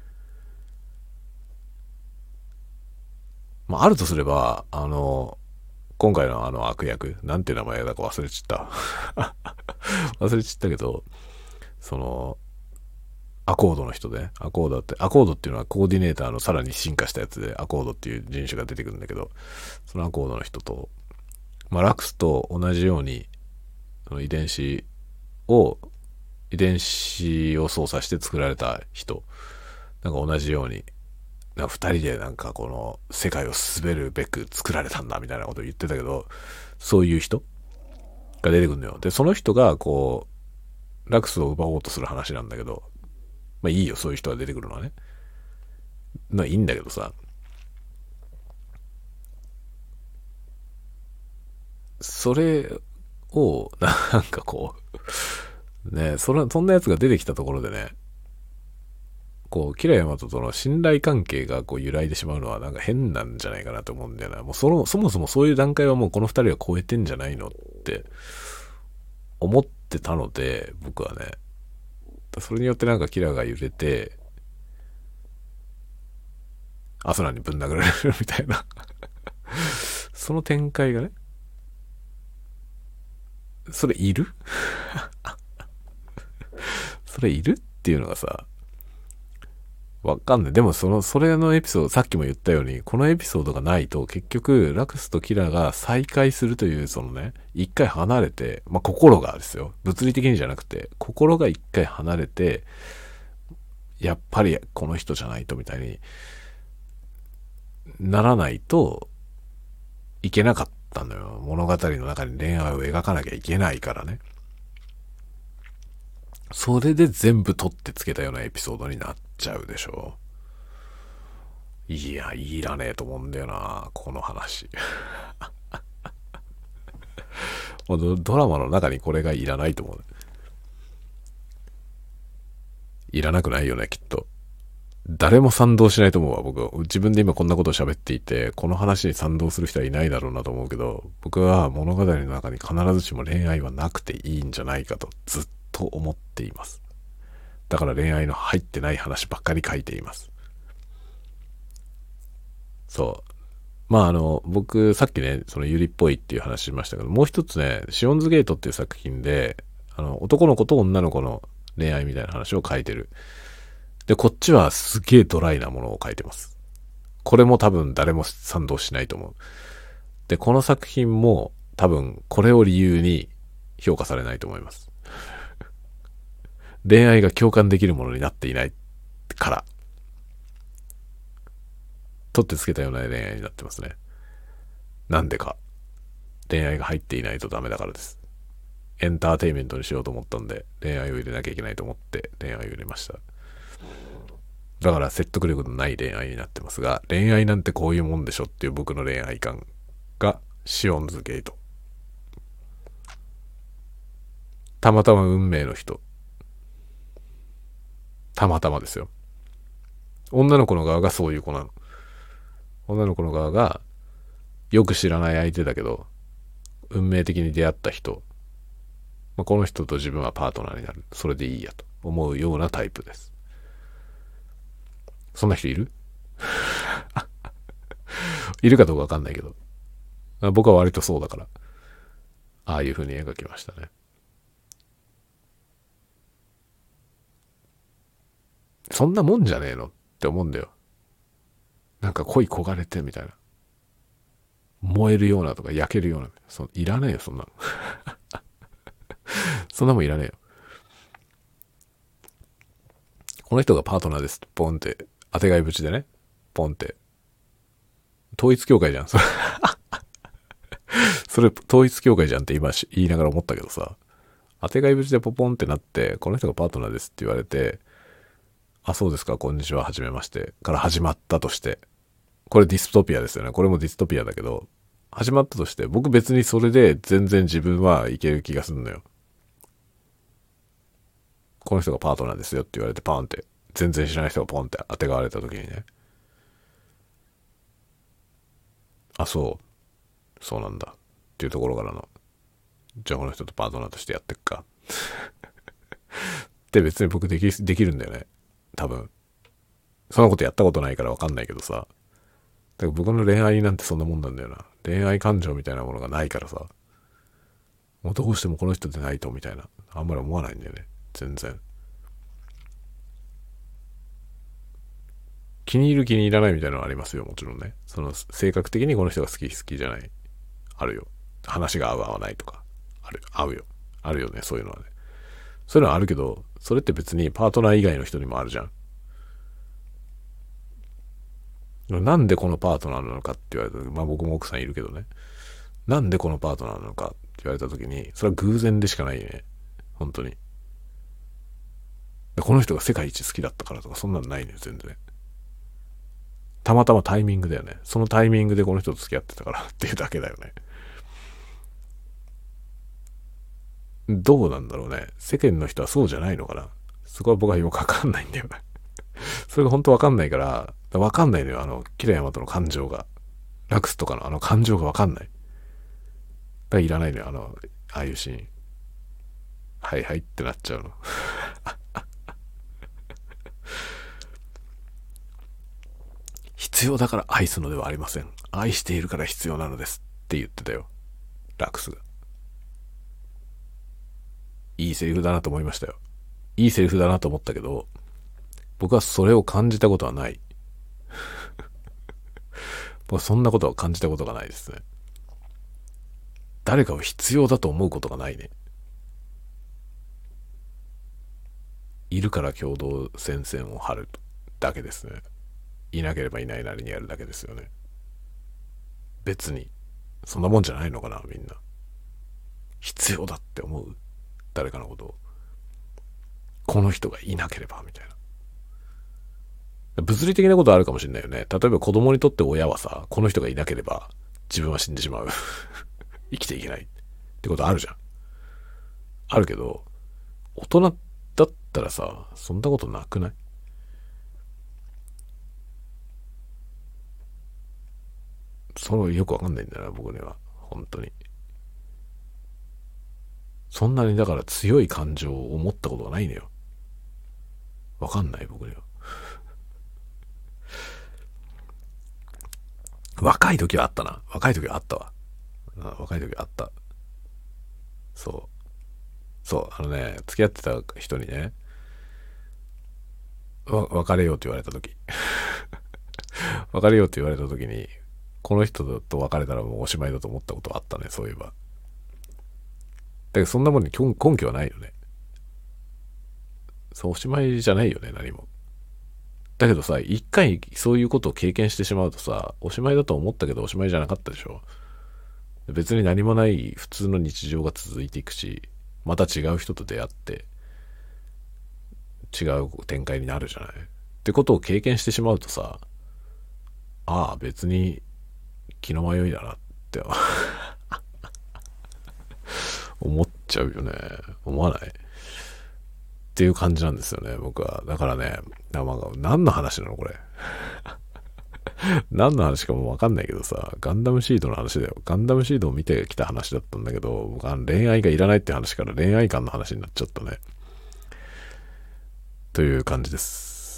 まあ、あるとすれば、今回のあの悪役、なんて名前だか忘れちった。忘れちったけど、その、アコードの人で、アコードっていうのはコーディネーターのさらに進化したやつで、アコードっていう人種が出てくるんだけど、そのアコードの人と、まあ、ラクスと同じように、そのを、遺伝子を操作して作られた人、なんか同じように、なんか二人でなんかこの世界を滑るべく作られたんだみたいなことを言ってたけど、そういう人が出てくるんだよ。で、その人がこう、ラクスを奪おうとする話なんだけど、まあいいよ、そういう人が出てくるのはね。まあいいんだけどさ、それを、なんかこう、ね、そんなやつが出てきたところでね、こう、キラヤマトとの信頼関係がこう揺らいでしまうのはなんか変なんじゃないかなと思うんだよな。もうそもそもそういう段階はもうこの二人は超えてんじゃないのって思ってたので、僕はね。それによってなんかキラが揺れて、アスラにぶん殴られるみたいなその展開がね、それいるそれいるっていうのがさ、わかんない。でもそれのエピソード、さっきも言ったように、このエピソードがないと、結局、ラクスとキラが再会するという、そのね、一回離れて、まあ、心がですよ。物理的にじゃなくて、心が一回離れて、やっぱりこの人じゃないとみたいにならないといけなかったのよ。物語の中に恋愛を描かなきゃいけないからね。それで全部取ってつけたようなエピソードになっちゃうでしょ。いや、いらねえと思うんだよな、この話。もうドラマの中にこれがいらないと思う。いらなくないよね、きっと。誰も賛同しないと思うわ、僕。自分で今こんなことを喋っていて、この話に賛同する人はいないだろうなと思うけど、僕は物語の中に必ずしも恋愛はなくていいんじゃないかとずっと思っています。だから恋愛の入ってない話ばっかり書いています。そう。まあ僕さっきね、そのユリっぽいっていう話しましたけど、もう一つね、シオンズゲートっていう作品で、男の子と女の子の恋愛みたいな話を書いてる。で、こっちはすげえドライなものを書いてます。これも多分誰も賛同しないと思う。で、この作品も多分これを理由に評価されないと思います。恋愛が共感できるものになっていないから、取ってつけたような恋愛になってますね。なんでか。恋愛が入っていないとダメだからです。エンターテインメントにしようと思ったんで、恋愛を入れなきゃいけないと思って恋愛を入れました。だから説得力のない恋愛になってますが、恋愛なんてこういうもんでしょっていう僕の恋愛観がシオンズゲート。たまたま運命の人。たまたまですよ。女の子の側がそういう子なの。女の子の側がよく知らない相手だけど、運命的に出会った人。まあ、この人と自分はパートナーになる。それでいいやと思うようなタイプです。そんな人いるいるかどうかわかんないけど。僕は割とそうだから。ああいう風に描きましたね。そんなもんじゃねえのって思うんだよ。なんか恋焦がれてみたいな。燃えるようなとか焼けるような。いらねえよ、そんなの。そんなもんいらねえよ。この人がパートナーですってポンって、当てがいぶちでね、ポンって。統一教会じゃん、それ。それ統一教会じゃんって今言いながら思ったけどさ、当てがいぶちでポポンってなって、この人がパートナーですって言われて、あ、そうですか、こんにちは、はじめまして、から始まったとして、これディストピアですよね。これもディストピアだけど、始まったとして、僕別にそれで全然自分はいける気がするのよ。この人がパートナーですよって言われてパーンって、全然知らない人がポンって当てがわれた時にね、あ、そうなんだってっていうところからの、じゃあこの人とパートナーとしてやっていくか。で別に僕できるんだよね。多分。そんなことやったことないからわかんないけどさ。だから僕の恋愛なんてそんなもんなんだよな。恋愛感情みたいなものがないからさ。もうどうしてもこの人でないとみたいな。あんまり思わないんだよね。全然。気に入る気に入らないみたいなのはありますよ。もちろんね。その性格的にこの人が好きじゃない。あるよ。話が合わないとか。合うよ。あるよね。そういうのはね。そういうのはあるけど、それって別にパートナー以外の人にもあるじゃん。なんでこのパートナーなのかって言われた時、まあ僕も奥さんいるけどね。なんでこのパートナーなのかって言われた時に、それは偶然でしかないね。本当に。この人が世界一好きだったからとかそんなのないね、全然。たまたまタイミングだよね。そのタイミングでこの人と付き合ってたからっていうだけだよね。どうなんだろうね。世間の人はそうじゃないのかな。そこは僕はよくわかんないんだよね。それが本当わかんないから、わかんないのよ。キラヤマトの感情が。ラクスとかの感情がわかんない。だからいらないのよ。ああいうシーン。はいはいってなっちゃうの。必要だから愛すのではありません。愛しているから必要なのですって言ってたよ。ラクスが。いいセリフだなと思いましたよ。いいセリフだなと思ったけど、僕はそれを感じたことはない。僕はそんなことは感じたことがないですね。誰かを必要だと思うことがないね。いるから共同戦線を張るだけですね。いなければいないなりにやるだけですよね。別に。そんなもんじゃないのかな、みんな。必要だって思う誰かのことを。この人がいなければ、みたいな。物理的なことはあるかもしれないよね。例えば子供にとって親はさ、この人がいなければ自分は死んでしまう。生きていけないってことあるじゃん。あるけど、大人だったらさ、そんなことなくない？そのよくわかんないんだよな、僕には。本当に。そんなにだから強い感情を持ったことがないのよ。わかんない、僕には。若い時はあったな。若い時はあったわ。若い時はあった。そう。そう。付き合ってた人にね、別れようって言われた時。別れようって言われた時に、この人と別れたらもうおしまいだと思ったことはあったね、そういえば。だけどそんなもんに根拠はないよね。そう、おしまいじゃないよね、何も。だけどさ、一回そういうことを経験してしまうとさ、おしまいだと思ったけどおしまいじゃなかったでしょ。別に何もない普通の日常が続いていくし、また違う人と出会って違う展開になるじゃない。ってことを経験してしまうとさ、ああ別に気の迷いだなって思っちゃうよね。思わないっていう感じなんですよね、僕は。だからね、何の話なのこれ。何の話かもわかんないけどさ、ガンダムシードの話だよ。ガンダムシードを見てきた話だったんだけど、僕は恋愛がいらないって話から恋愛観の話になっちゃったね。という感じです。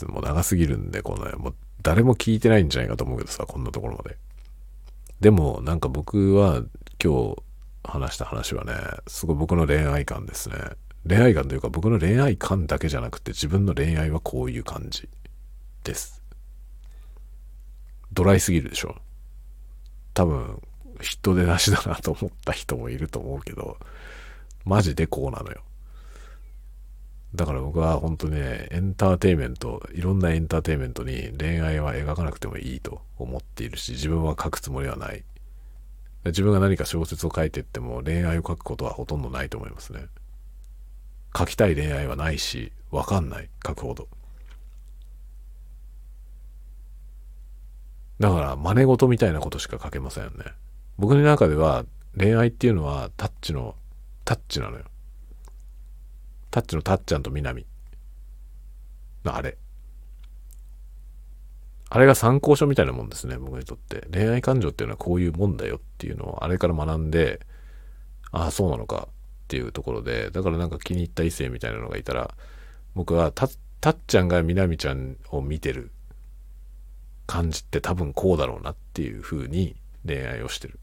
もう長すぎるんで、このね、もう誰も聞いてないんじゃないかと思うけどさ、こんなところまで。でも、なんか僕は今日話した話はね、すごい僕の恋愛観ですね。恋愛観というか僕の恋愛観だけじゃなくて自分の恋愛はこういう感じです。ドライすぎるでしょ。多分人でなしだなと思った人もいると思うけど、マジでこうなのよ。だから僕は本当にね、エンターテインメント、いろんなエンターテインメントに恋愛は描かなくてもいいと思っているし、自分は書くつもりはない。自分が何か小説を書いていっても恋愛を書くことはほとんどないと思いますね。書きたい恋愛はないし、わかんない、書くほど。だから真似事みたいなことしか書けませんよね。僕の中では恋愛っていうのはタッチなのよ。タッチのタッちゃんと南のあれが参考書みたいなもんですね、僕にとって。恋愛感情っていうのはこういうもんだよっていうのをあれから学んで、 ああ、そうなのかっていうところで、だからなんか気に入った異性みたいなのがいたら、僕はたっちゃんがみなみちゃんを見てる感じって多分こうだろうなっていう風に恋愛をしてる。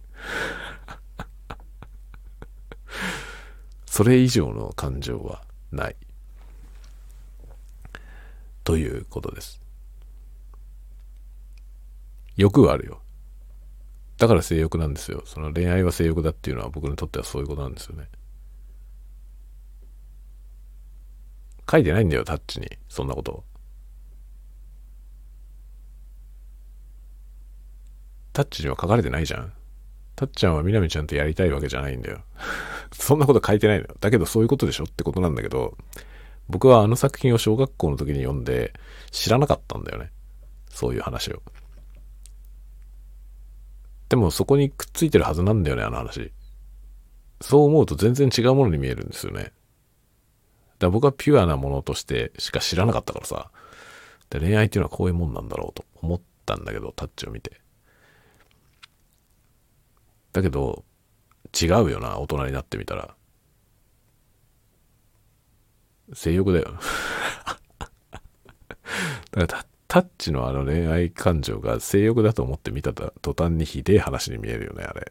それ以上の感情はないということです。欲はあるよ。だから性欲なんですよ。その恋愛は性欲だっていうのは僕にとってはそういうことなんですよね。書いてないんだよ、タッチに。そんなこと。タッチには書かれてないじゃん。タッちゃんはみなみちゃんとやりたいわけじゃないんだよ。そんなこと書いてないのよ。だけどそういうことでしょってことなんだけど、僕はあの作品を小学校の時に読んで知らなかったんだよね。そういう話を。でもそこにくっついてるはずなんだよね、あの話。そう思うと全然違うものに見えるんですよね。だから僕はピュアなものとしてしか知らなかったからさ。で、恋愛っていうのはこういうもんなんだろうと思ったんだけど、タッチを見て。だけど、違うよな、大人になってみたら。性欲だよ。だからタッチのあの恋愛感情が性欲だと思って見た途端にひでえ話に見えるよね、あれ。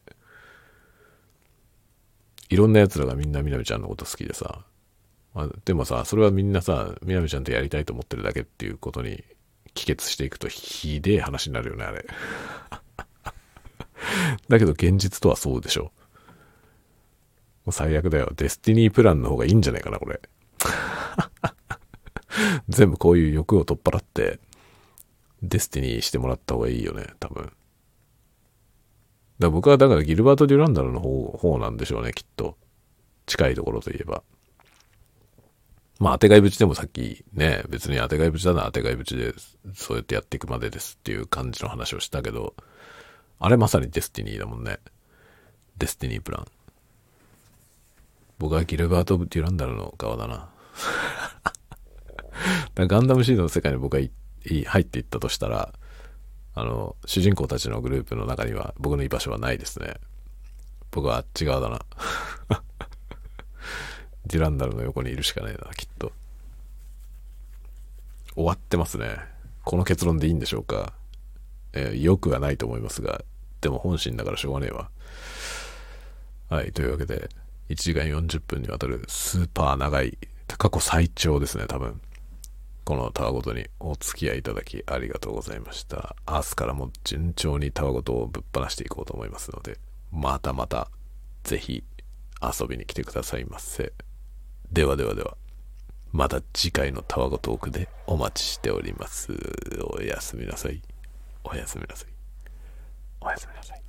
いろんな奴らがみんなみなみちゃんのこと好きでさ。まあ、でもさ、それはみんなさ、みなみちゃんとやりたいと思ってるだけっていうことに帰結していくとひでえ話になるよね、あれ。だけど現実とはそうでしょ。もう最悪だよ。デスティニープランの方がいいんじゃないかな、これ。全部こういう欲を取っ払って、デスティニーしてもらった方がいいよね、多分。僕はだからギルバート・デュランダルの方なんでしょうね、きっと。近いところといえば。まあ、当てがいぶちでもさっきね、別に当てがいぶちだな、当てがいぶちで、そうやってやっていくまでですっていう感じの話をしたけど、あれまさにデスティニーだもんね。デスティニープラン。僕はギルバート・デュランダルの側だな。だガンダムシードの世界に僕が入っていったとしたら、主人公たちのグループの中には僕の居場所はないですね。僕はあっち側だな。デュランダルの横にいるしかないな、きっと。終わってますね。この結論でいいんでしょうか。よくはないと思いますが、でも本心だからしょうがねえわ。はい、というわけで、1時間40分にわたるスーパー長い、過去最長ですね、多分。このタワごとにお付き合いいただきありがとうございました。明日からも順調にタワごとをぶっ放していこうと思いますので、またまたぜひ遊びに来てくださいませ。ではではでは、また次回のタワゴトークでお待ちしております。おやすみなさい。おやすみなさい。おやすみなさい。